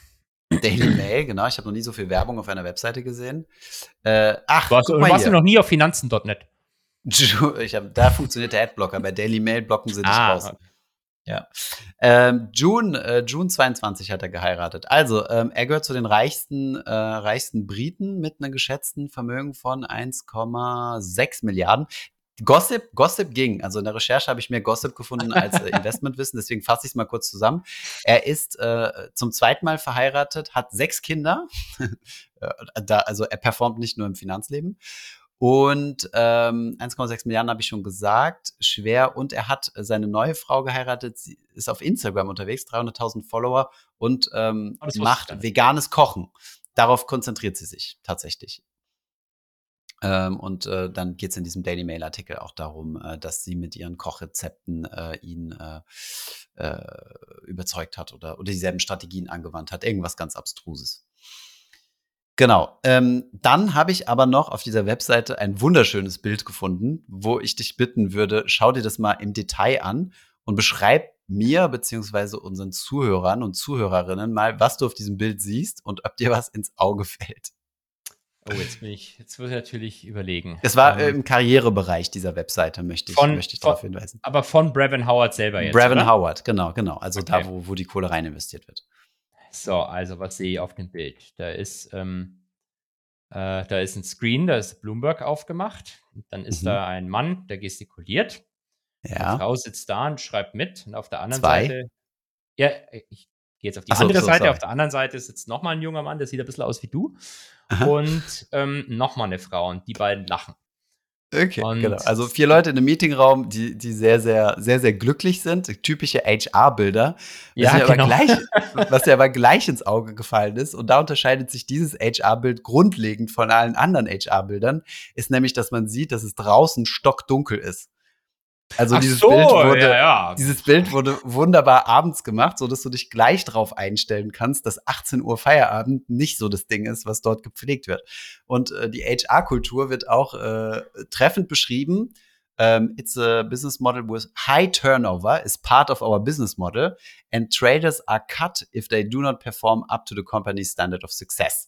Daily Mail, genau. Ich habe noch nie so viel Werbung auf einer Webseite gesehen. Äh, ach, Warst, guck du, mal warst hier. du noch nie auf Finanzen Punkt net? Ju- Ich hab, da funktioniert der Adblocker. Bei Daily Mail blocken sie dich Ah, raus. Ja. Ähm, June, äh, June zweiundzwanzig hat er geheiratet. Also, ähm, er gehört zu den reichsten, äh, reichsten Briten mit einem geschätzten Vermögen von eins Komma sechs Milliarden. Gossip, Gossip ging. Also in der Recherche habe ich mehr Gossip gefunden als äh, Investmentwissen, deswegen fasse ich es mal kurz zusammen. Er ist äh, zum zweiten Mal verheiratet, hat sechs Kinder. da, also er performt nicht nur im Finanzleben. Und ähm, eins Komma sechs Milliarden habe ich schon gesagt, schwer. Und er hat seine neue Frau geheiratet, sie ist auf Instagram unterwegs, dreihunderttausend Follower und ähm, Oh, das wusste ich gar macht nicht. veganes Kochen. Darauf konzentriert sie sich tatsächlich. Ähm, und äh, dann geht es in diesem Daily Mail Artikel auch darum, äh, dass sie mit ihren Kochrezepten äh, ihn äh, äh, überzeugt hat oder, oder dieselben Strategien angewandt hat. Irgendwas ganz Abstruses. Genau. Ähm, dann habe ich aber noch auf dieser Webseite ein wunderschönes Bild gefunden, wo ich dich bitten würde, schau dir das mal im Detail an und beschreib mir beziehungsweise unseren Zuhörern und Zuhörerinnen mal, was du auf diesem Bild siehst und ob dir was ins Auge fällt. Oh, jetzt bin ich, jetzt muss ich natürlich überlegen. Es war äh, Ähm, im Karrierebereich dieser Webseite, möchte ich, von, möchte ich von, darauf hinweisen. aber von Brevin Howard selber jetzt, Brevin oder? Howard, genau, genau. Also Okay. da, wo, wo die Kohle rein investiert wird. So, also was sehe ich auf dem Bild? Da ist, ähm, äh, da ist ein Screen, da ist Bloomberg aufgemacht. Und dann ist Mhm. da ein Mann, der gestikuliert. Eine Ja. Frau sitzt da und schreibt mit. Und auf der anderen Zwei. Seite, ja, ich gehe jetzt auf die Ach so, andere so, Seite. sorry. Auf der anderen Seite sitzt nochmal ein junger Mann, der sieht ein bisschen aus wie du. Aha. Und ähm, nochmal eine Frau. Und die beiden lachen. Okay, Und genau. Also vier Leute in einem Meetingraum, die, die sehr, sehr, sehr, sehr glücklich sind. Typische H R-Bilder. Was, Ja, mir aber genau. gleich, was dir aber gleich ins Auge gefallen ist, und da unterscheidet sich dieses H R-Bild grundlegend von allen anderen H R-Bildern, ist nämlich, dass man sieht, dass es draußen stockdunkel ist. Also Ach dieses so, Bild wurde, ja, ja. dieses Bild wurde wunderbar abends gemacht, so dass du dich gleich drauf einstellen kannst, dass achtzehn Uhr Feierabend nicht so das Ding ist, was dort gepflegt wird. Und äh, die H R-Kultur wird auch äh, treffend beschrieben. Um, it's a business model with high turnover is part of our business model, and traders are cut if they do not perform up to the company's standard of success.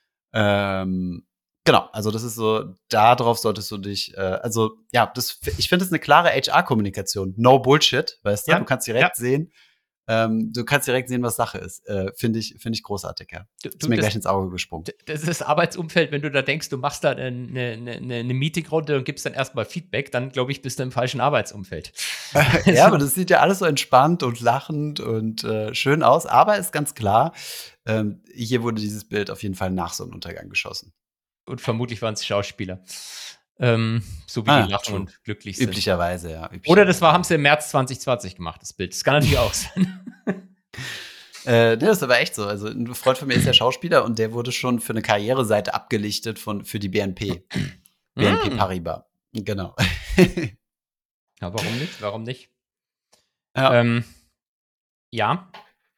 Ähm, Genau, also das ist so, darauf solltest du dich, äh, also ja, das, ich finde das eine klare H R-Kommunikation. No Bullshit, weißt du? Ja, Du kannst direkt ja. sehen, ähm, du kannst direkt sehen, was Sache ist. Äh, finde ich, finde ich großartig, ja. Du, Ist du, mir das, gleich ins Auge gesprungen. das ist das Arbeitsumfeld, wenn du da denkst, du machst da eine, eine, eine, eine Meetingrunde und gibst dann erstmal Feedback, dann glaube ich, bist du im falschen Arbeitsumfeld. Ja, aber das sieht ja alles so entspannt und lachend und äh, schön aus. Aber ist ganz klar, ähm, hier wurde dieses Bild auf jeden Fall nach Sonnenuntergang geschossen. Und vermutlich waren es Schauspieler. Ähm, so wie Ah, die lachen true. und glücklich sind. Üblicherweise, ja. Oder Üblicherweise. das war, haben sie im März zwanzig zwanzig gemacht, das Bild. Das kann natürlich auch sein. Äh, das ist aber echt so. Also ein Freund von mir ist ja Schauspieler und der wurde schon für eine Karriereseite abgelichtet von, für die B N P. B N P Mm. Paribas. Genau. Ja, warum nicht? Warum nicht? Ja. Ähm, ja.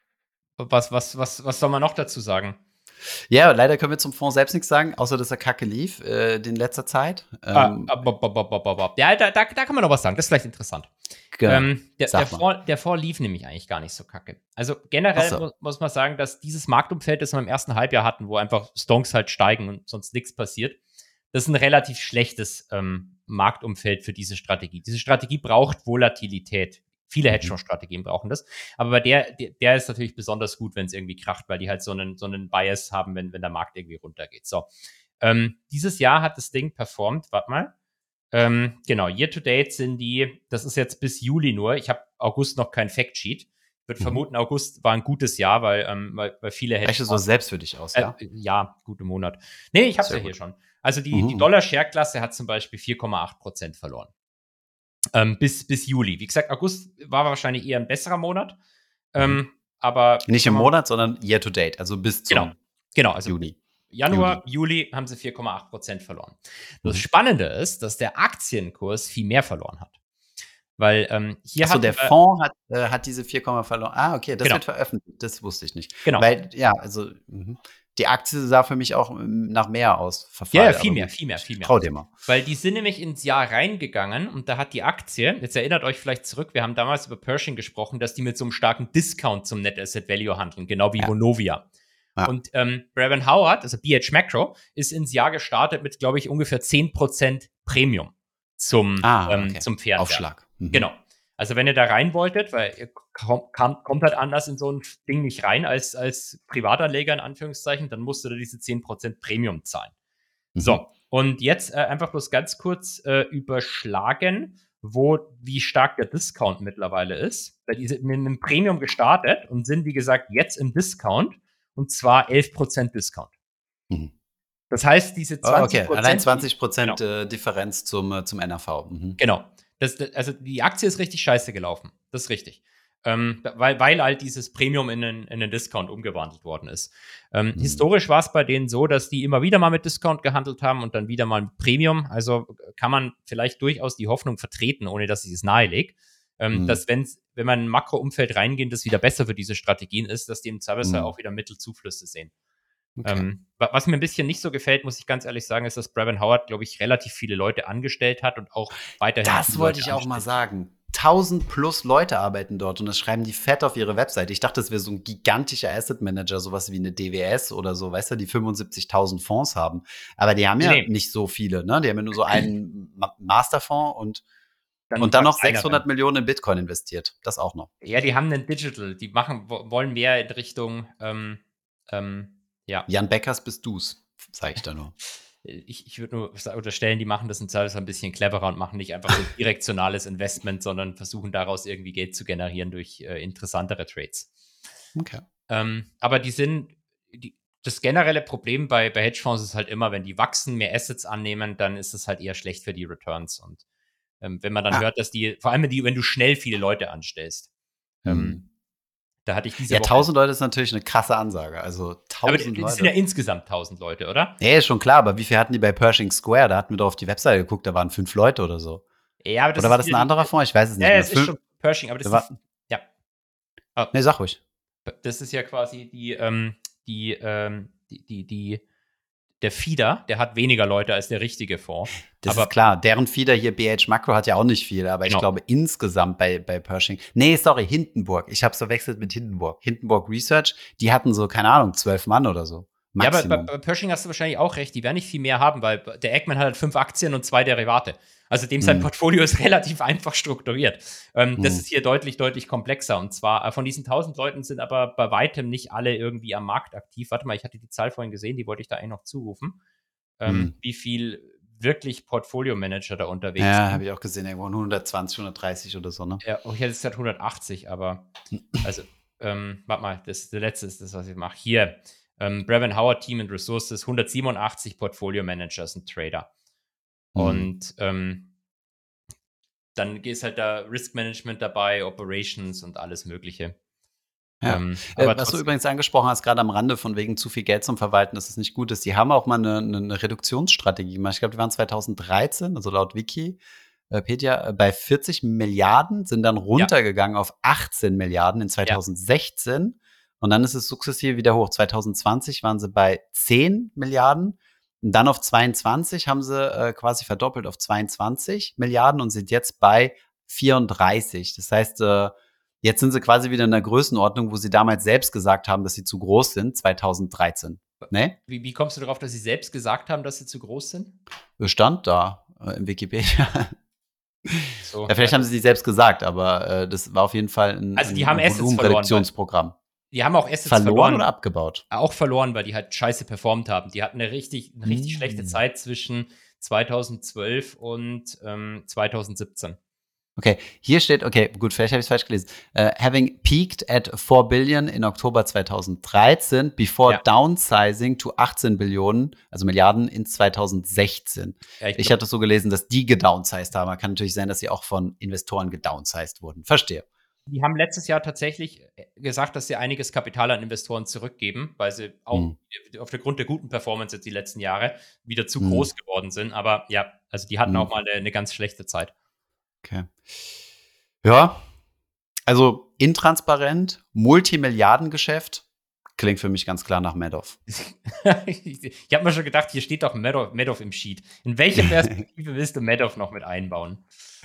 Was, was, was, was soll man noch dazu sagen? Ja, leider können wir zum Fonds selbst nichts sagen, außer dass er kacke lief äh, in letzter Zeit. Ah, Ähm, ah, bob, bob, bob, bob, bob. Ja, da, da, da kann man noch was sagen. Das ist vielleicht interessant. genau. Ähm, der, der, Sag mal. Fonds, der Fonds lief nämlich eigentlich gar nicht so kacke. Also generell Ach so. mu muss man sagen, dass dieses Marktumfeld, das wir im ersten Halbjahr hatten, wo einfach Stonks halt steigen und sonst nichts passiert, das ist ein relativ schlechtes ähm, Marktumfeld für diese Strategie. Diese Strategie braucht Volatilität. Viele Mhm. Hedgefonds-Strategien brauchen das. Aber bei der, der, der ist natürlich besonders gut, wenn es irgendwie kracht, weil die halt so einen, so einen Bias haben, wenn, wenn der Markt irgendwie runtergeht. So. Ähm, dieses Jahr hat das Ding performt, warte mal. Ähm, genau, year to date sind die, das ist jetzt bis Juli nur. Ich habe August noch kein Factsheet. Ich würde Mhm. vermuten, August war ein gutes Jahr, weil, ähm, weil, weil viele Rechnest du so Hedgefonds. selbst für dich aus, Äh, ja? ja, gute Monat. Nee, ich habe es ja Sehr hier gut. schon. Also die, Mhm. die Dollar-Share-Klasse hat zum Beispiel vier Komma acht Prozent verloren. Ähm, bis, bis Juli. Wie gesagt, August war wahrscheinlich eher ein besserer Monat. Ähm, Mhm. aber Nicht im sagen wir- Monat, sondern year to date, also bis zum Genau, genau. Also Juni. Januar, Juli haben sie vier Komma acht Prozent verloren. Das Mhm. Spannende ist, dass der Aktienkurs viel mehr verloren hat. Weil ähm, hier Achso, hat der Fonds hat, äh, hat diese vier, verloren. Ah, okay, das Genau. wird veröffentlicht. Das wusste ich nicht. Genau. Weil, ja, also mhm. die Aktie sah für mich auch ähm, nach mehr aus. Ja, Verfall, ja, viel aber mehr, gut. viel mehr, viel mehr. Trau dir mal. Weil die sind nämlich ins Jahr reingegangen und da hat die Aktie, jetzt erinnert euch vielleicht zurück, wir haben damals über Pershing gesprochen, dass die mit so einem starken Discount zum Net Asset Value handeln, genau wie Ja. Vonovia. Ja. Und ähm, Brevin Howard, also B H Macro, ist ins Jahr gestartet mit, glaube ich, ungefähr zehn Prozent Premium zum, Ah, ähm, okay. zum Pferd. Aufschlag. Mhm. Genau. Also wenn ihr da rein wolltet, weil ihr kom kam, kommt halt anders in so ein Ding nicht rein als, als Privatanleger in Anführungszeichen, dann musst du da diese zehn Prozent Premium zahlen. Mhm. So, und jetzt äh, einfach bloß ganz kurz äh, überschlagen, wo, wie stark der Discount mittlerweile ist. Weil die sind mit einem Premium gestartet und sind, wie gesagt, jetzt im Discount und zwar elf Prozent Discount. Mhm. Das heißt, diese Oh, zwanzig okay, Prozent. allein zwanzig Prozent Genau. äh, Differenz zum, äh, zum N R V. Mhm. Genau. Das, das, also die Aktie ist richtig scheiße gelaufen. Das ist richtig. Ähm, weil, weil halt dieses Premium in einen, in einen Discount umgewandelt worden ist. Ähm, Mhm. Historisch war es bei denen so, dass die immer wieder mal mit Discount gehandelt haben und dann wieder mal mit Premium. Also kann man vielleicht durchaus die Hoffnung vertreten, ohne dass ich es nahelege, ähm, Mhm. dass wenn's, wenn man in ein Makroumfeld reingeht, das wieder besser für diese Strategien ist, dass die im Zweifelsfall Mhm. auch wieder Mittelzuflüsse sehen. Okay. Ähm, wa- was mir ein bisschen nicht so gefällt, muss ich ganz ehrlich sagen, ist, dass Brevin Howard, glaube ich, relativ viele Leute angestellt hat und auch weiterhin. Das viele wollte Leute ich auch mal anstellt. sagen. tausend plus Leute arbeiten dort und das schreiben die fett auf ihre Webseite. Ich dachte, das wäre so ein gigantischer Asset Manager, sowas wie eine D W S oder so, weißt du, die fünfundsiebzigtausend Fonds haben. Aber die haben ja Nee. nicht so viele, ne? Die haben ja nur so einen Ma- Masterfonds und, Dann und dann noch macht's einer sechshundert dann. Millionen in Bitcoin investiert. Das auch noch. Ja, die haben einen Digital, die machen, wo- wollen mehr in Richtung, ähm, ähm, ja. Jan Beckers bist du's, sage ich da nur. Ich, ich würde nur sa- unterstellen, die machen das im Zweifelsfall ein bisschen cleverer und machen nicht einfach so ein direktionales Investment, sondern versuchen daraus irgendwie Geld zu generieren durch äh, interessantere Trades. Okay. Ähm, aber die sind, die, das generelle Problem bei, bei Hedgefonds ist halt immer, wenn die wachsen, mehr Assets annehmen, dann ist es halt eher schlecht für die Returns. Und ähm, wenn man dann Ah. hört, dass die, vor allem wenn, die, wenn du schnell viele Leute anstellst, ähm, Hm. da hatte ich diese Ja, Woche. tausend Leute ist natürlich eine krasse Ansage. Also aber tausend das Leute. sind ja insgesamt tausend Leute, oder? Nee, ist schon klar, aber wie viel hatten die bei Pershing Square? Da hatten wir doch auf die Webseite geguckt, da waren fünf Leute oder so. Ja, aber das Oder war ist das ein wieder die- anderer Fonds? Ich weiß es nicht Ja, mehr. es ist Fünf- schon Pershing, aber das Da ist, war- ja. Ah, Nee, sag ruhig. das ist ja quasi die, ähm, die, ähm, die, die, die, der Feeder, der hat weniger Leute als der richtige Fonds. Das aber ist klar. Deren Feeder hier, B H Macro, hat ja auch nicht viel, aber Genau. ich glaube insgesamt bei, bei Pershing. Nee, sorry, Hindenburg. Ich habe es verwechselt mit Hindenburg. Hindenburg Research, die hatten so, keine Ahnung, zwölf Mann oder so. Ja, aber Maximum. bei, bei Pershing hast du wahrscheinlich auch recht, die werden nicht viel mehr haben, weil der Eggman hat halt fünf Aktien und zwei Derivate. Also dem sein Hm. Portfolio ist relativ einfach strukturiert. Ähm, Das Hm. ist hier deutlich, deutlich komplexer. Und zwar äh, von diesen tausend Leuten sind aber bei weitem nicht alle irgendwie am Markt aktiv. Warte mal, ich hatte die Zahl vorhin gesehen, die wollte ich da eigentlich noch zurufen. Ähm, Hm. Wie viel wirklich Portfolio-Manager da unterwegs Ja, sind. habe ich auch gesehen, irgendwo hundertzwanzig, hundertdreißig oder so, ne? Ja, oh, ich hätte es gesagt hundertachtzig, aber also, ähm, warte mal, das, der letzte ist das, was ich mache. Hier, ähm, Brevin Howard Team and Resources, hundertsiebenundachtzig Portfolio Managers und Trader. Mhm. Und ähm, dann ist halt da Risk Management dabei, Operations und alles Mögliche. Ja. Ähm, Äh, aber was du trotzdem- übrigens angesprochen hast, gerade am Rande, von wegen zu viel Geld zum Verwalten, dass es nicht gut ist. Die haben auch mal eine, eine, eine Reduktionsstrategie gemacht. Ich glaube, die waren zweitausenddreizehn, also laut Wikipedia, äh, bei vierzig Milliarden, sind dann runtergegangen auf achtzehn Milliarden in zweitausendsechzehn. Und dann ist es sukzessive wieder hoch. zweitausendzwanzig waren sie bei zehn Milliarden. Und dann auf zweiundzwanzig haben sie äh, quasi verdoppelt auf zweiundzwanzig Milliarden und sind jetzt bei vierunddreißig. Das heißt, äh, jetzt sind sie quasi wieder in der Größenordnung, wo sie damals selbst gesagt haben, dass sie zu groß sind, zweitausenddreizehn. Ne? Wie, wie kommst du darauf, dass sie selbst gesagt haben, dass sie zu groß sind? Stand da äh, im Wikipedia. So, Ja, vielleicht haben sie sich selbst gesagt, aber äh, das war auf jeden Fall ein, Also die ein haben Assets verloren, Volumenreduktionsprogramm. Die haben auch Assets Verloren, verloren. oder abgebaut? Auch verloren, weil die halt scheiße performt haben. Die hatten eine richtig, eine richtig Mm. schlechte Zeit zwischen zweitausendzwölf und ähm, zweitausendsiebzehn. Okay, hier steht, okay, gut, vielleicht habe ich es falsch gelesen. Uh, having peaked at four billion in Oktober zweitausenddreizehn, before Ja. downsizing to achtzehn Billionen, also Milliarden, in zweitausendsechzehn. Ja, Ich, ich glaub, habe das so gelesen, dass die gedownsized haben. Kann natürlich sein, dass sie auch von Investoren gedownsized wurden. Verstehe. Die haben letztes Jahr tatsächlich gesagt, dass sie einiges Kapital an Investoren zurückgeben, weil sie auch Hm. aufgrund der guten Performance jetzt die letzten Jahre wieder zu Hm. groß geworden sind. Aber ja, also die hatten Hm. auch mal eine, eine ganz schlechte Zeit. Okay. Ja, also intransparent, Multimilliardengeschäft, klingt für mich ganz klar nach Madoff. Ich habe mir schon gedacht, hier steht doch Madoff, Madoff im Sheet. In welche Perspektive willst du Madoff noch mit einbauen?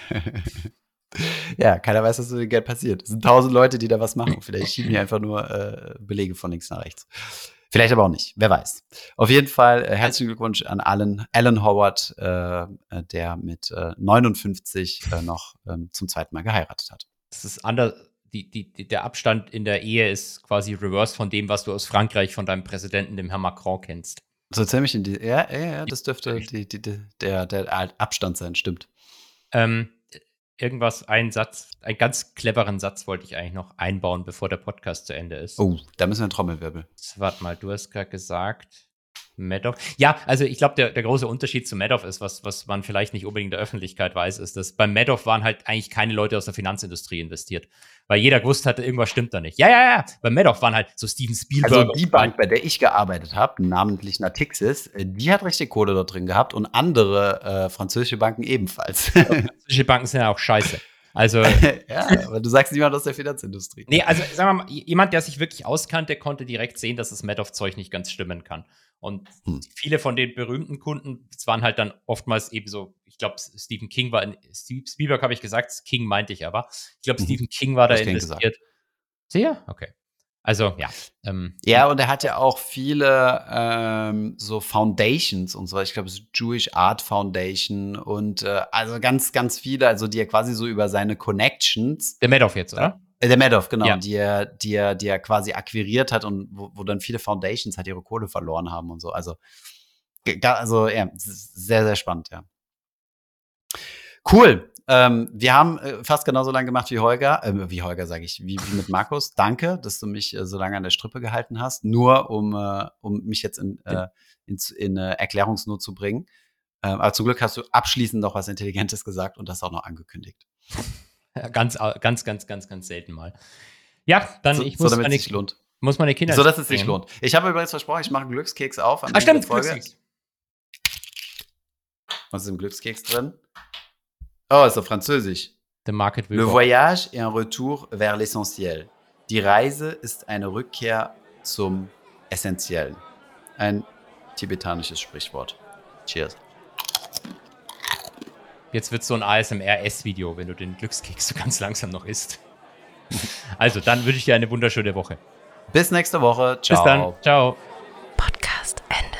Ja, keiner weiß, was mit dem Geld passiert. Es sind tausend Leute, die da was machen. Vielleicht schieben die einfach nur äh, Belege von links nach rechts. Vielleicht aber auch nicht. Wer weiß. Auf jeden Fall äh, herzlichen Glückwunsch an Alan, Alan Howard, äh, der mit äh, neunundfünfzig äh, noch ähm, zum zweiten Mal geheiratet hat. Das ist anders. Die, die, die, der Abstand in der Ehe ist quasi reverse von dem, was du aus Frankreich von deinem Präsidenten, dem Herrn Macron, kennst. So ziemlich in die. Ja, ja, ja, das dürfte die, die, die, der, der Abstand sein, stimmt. Ähm, irgendwas, einen Satz, einen ganz cleveren Satz wollte ich eigentlich noch einbauen, bevor der Podcast zu Ende ist. Oh, da müssen wir einen Trommelwirbel. Warte mal, du hast gerade gesagt, Madoff. Ja, also ich glaube, der, der große Unterschied zu Madoff ist, was, was man vielleicht nicht unbedingt in der Öffentlichkeit weiß, ist, dass bei Madoff waren halt eigentlich keine Leute aus der Finanzindustrie investiert. Weil jeder gewusst hatte, irgendwas stimmt da nicht. Ja, ja, ja. Bei Madoff waren halt so Steven Spielberg. Also die Bank, bei der ich gearbeitet habe, namentlich Natixis, die hat richtig Kohle dort drin gehabt und andere äh, französische Banken ebenfalls. Französische Banken sind ja auch scheiße. Also, ja, aber du sagst niemand aus der Finanzindustrie. nee, also sagen wir mal, jemand, der sich wirklich auskannte, konnte direkt sehen, dass das Madoff-Zeug nicht ganz stimmen kann. Und Hm. viele von den berühmten Kunden, das waren halt dann oftmals eben so, ich glaube, Stephen King war, in, Steve Spielberg habe ich gesagt, King meinte ich aber. Ich glaube, Mhm. Stephen King war da Hast King investiert. Sehr? Okay. Also, ja. Ähm, Ja, und er hat ja auch viele ähm, so Foundations und so. Ich glaube, so Jewish Art Foundation und äh, also ganz, ganz viele, also die er quasi so über seine Connections. Der Madoff jetzt, oder? Äh, der Madoff, genau, Ja. die, er, die, er, die er quasi akquiriert hat und wo, wo dann viele Foundations halt ihre Kohle verloren haben und so. Also, ge- ga- also ja, es ist sehr, sehr spannend, ja. Cool. Ähm, wir haben äh, fast genauso lange gemacht wie Holger, äh, wie Holger sage ich, wie, wie mit Markus. Danke, dass du mich äh, so lange an der Strippe gehalten hast, nur um, äh, um mich jetzt in, äh, in, in äh, Erklärungsnot zu bringen. Ähm, aber zum Glück hast du abschließend noch was Intelligentes gesagt und das auch noch angekündigt. Ja, Ganz, ganz, ganz, ganz, ganz selten mal. Ja, dann So, ich so muss, damit meine, es sich lohnt. muss meine Kinder. So, dass es sich bringen. lohnt. Ich habe übrigens versprochen, ich mache einen Glückskeks auf. Am Ah, Ende stimmt, der Folge. Glückskeks. Was ist im Glückskeks drin? Oh, ist auf Französisch. The Market will Le go. voyage est un retour vers l'essentiel. Die Reise ist eine Rückkehr zum Essentiellen. Ein tibetanisches Sprichwort. Cheers. Jetzt wird so ein A S M R-S-Video, wenn du den Glückskeks so ganz langsam noch isst. Also, dann wünsche ich dir eine wunderschöne Woche. Bis nächste Woche. Ciao. Bis dann. Ciao. Podcast Ende.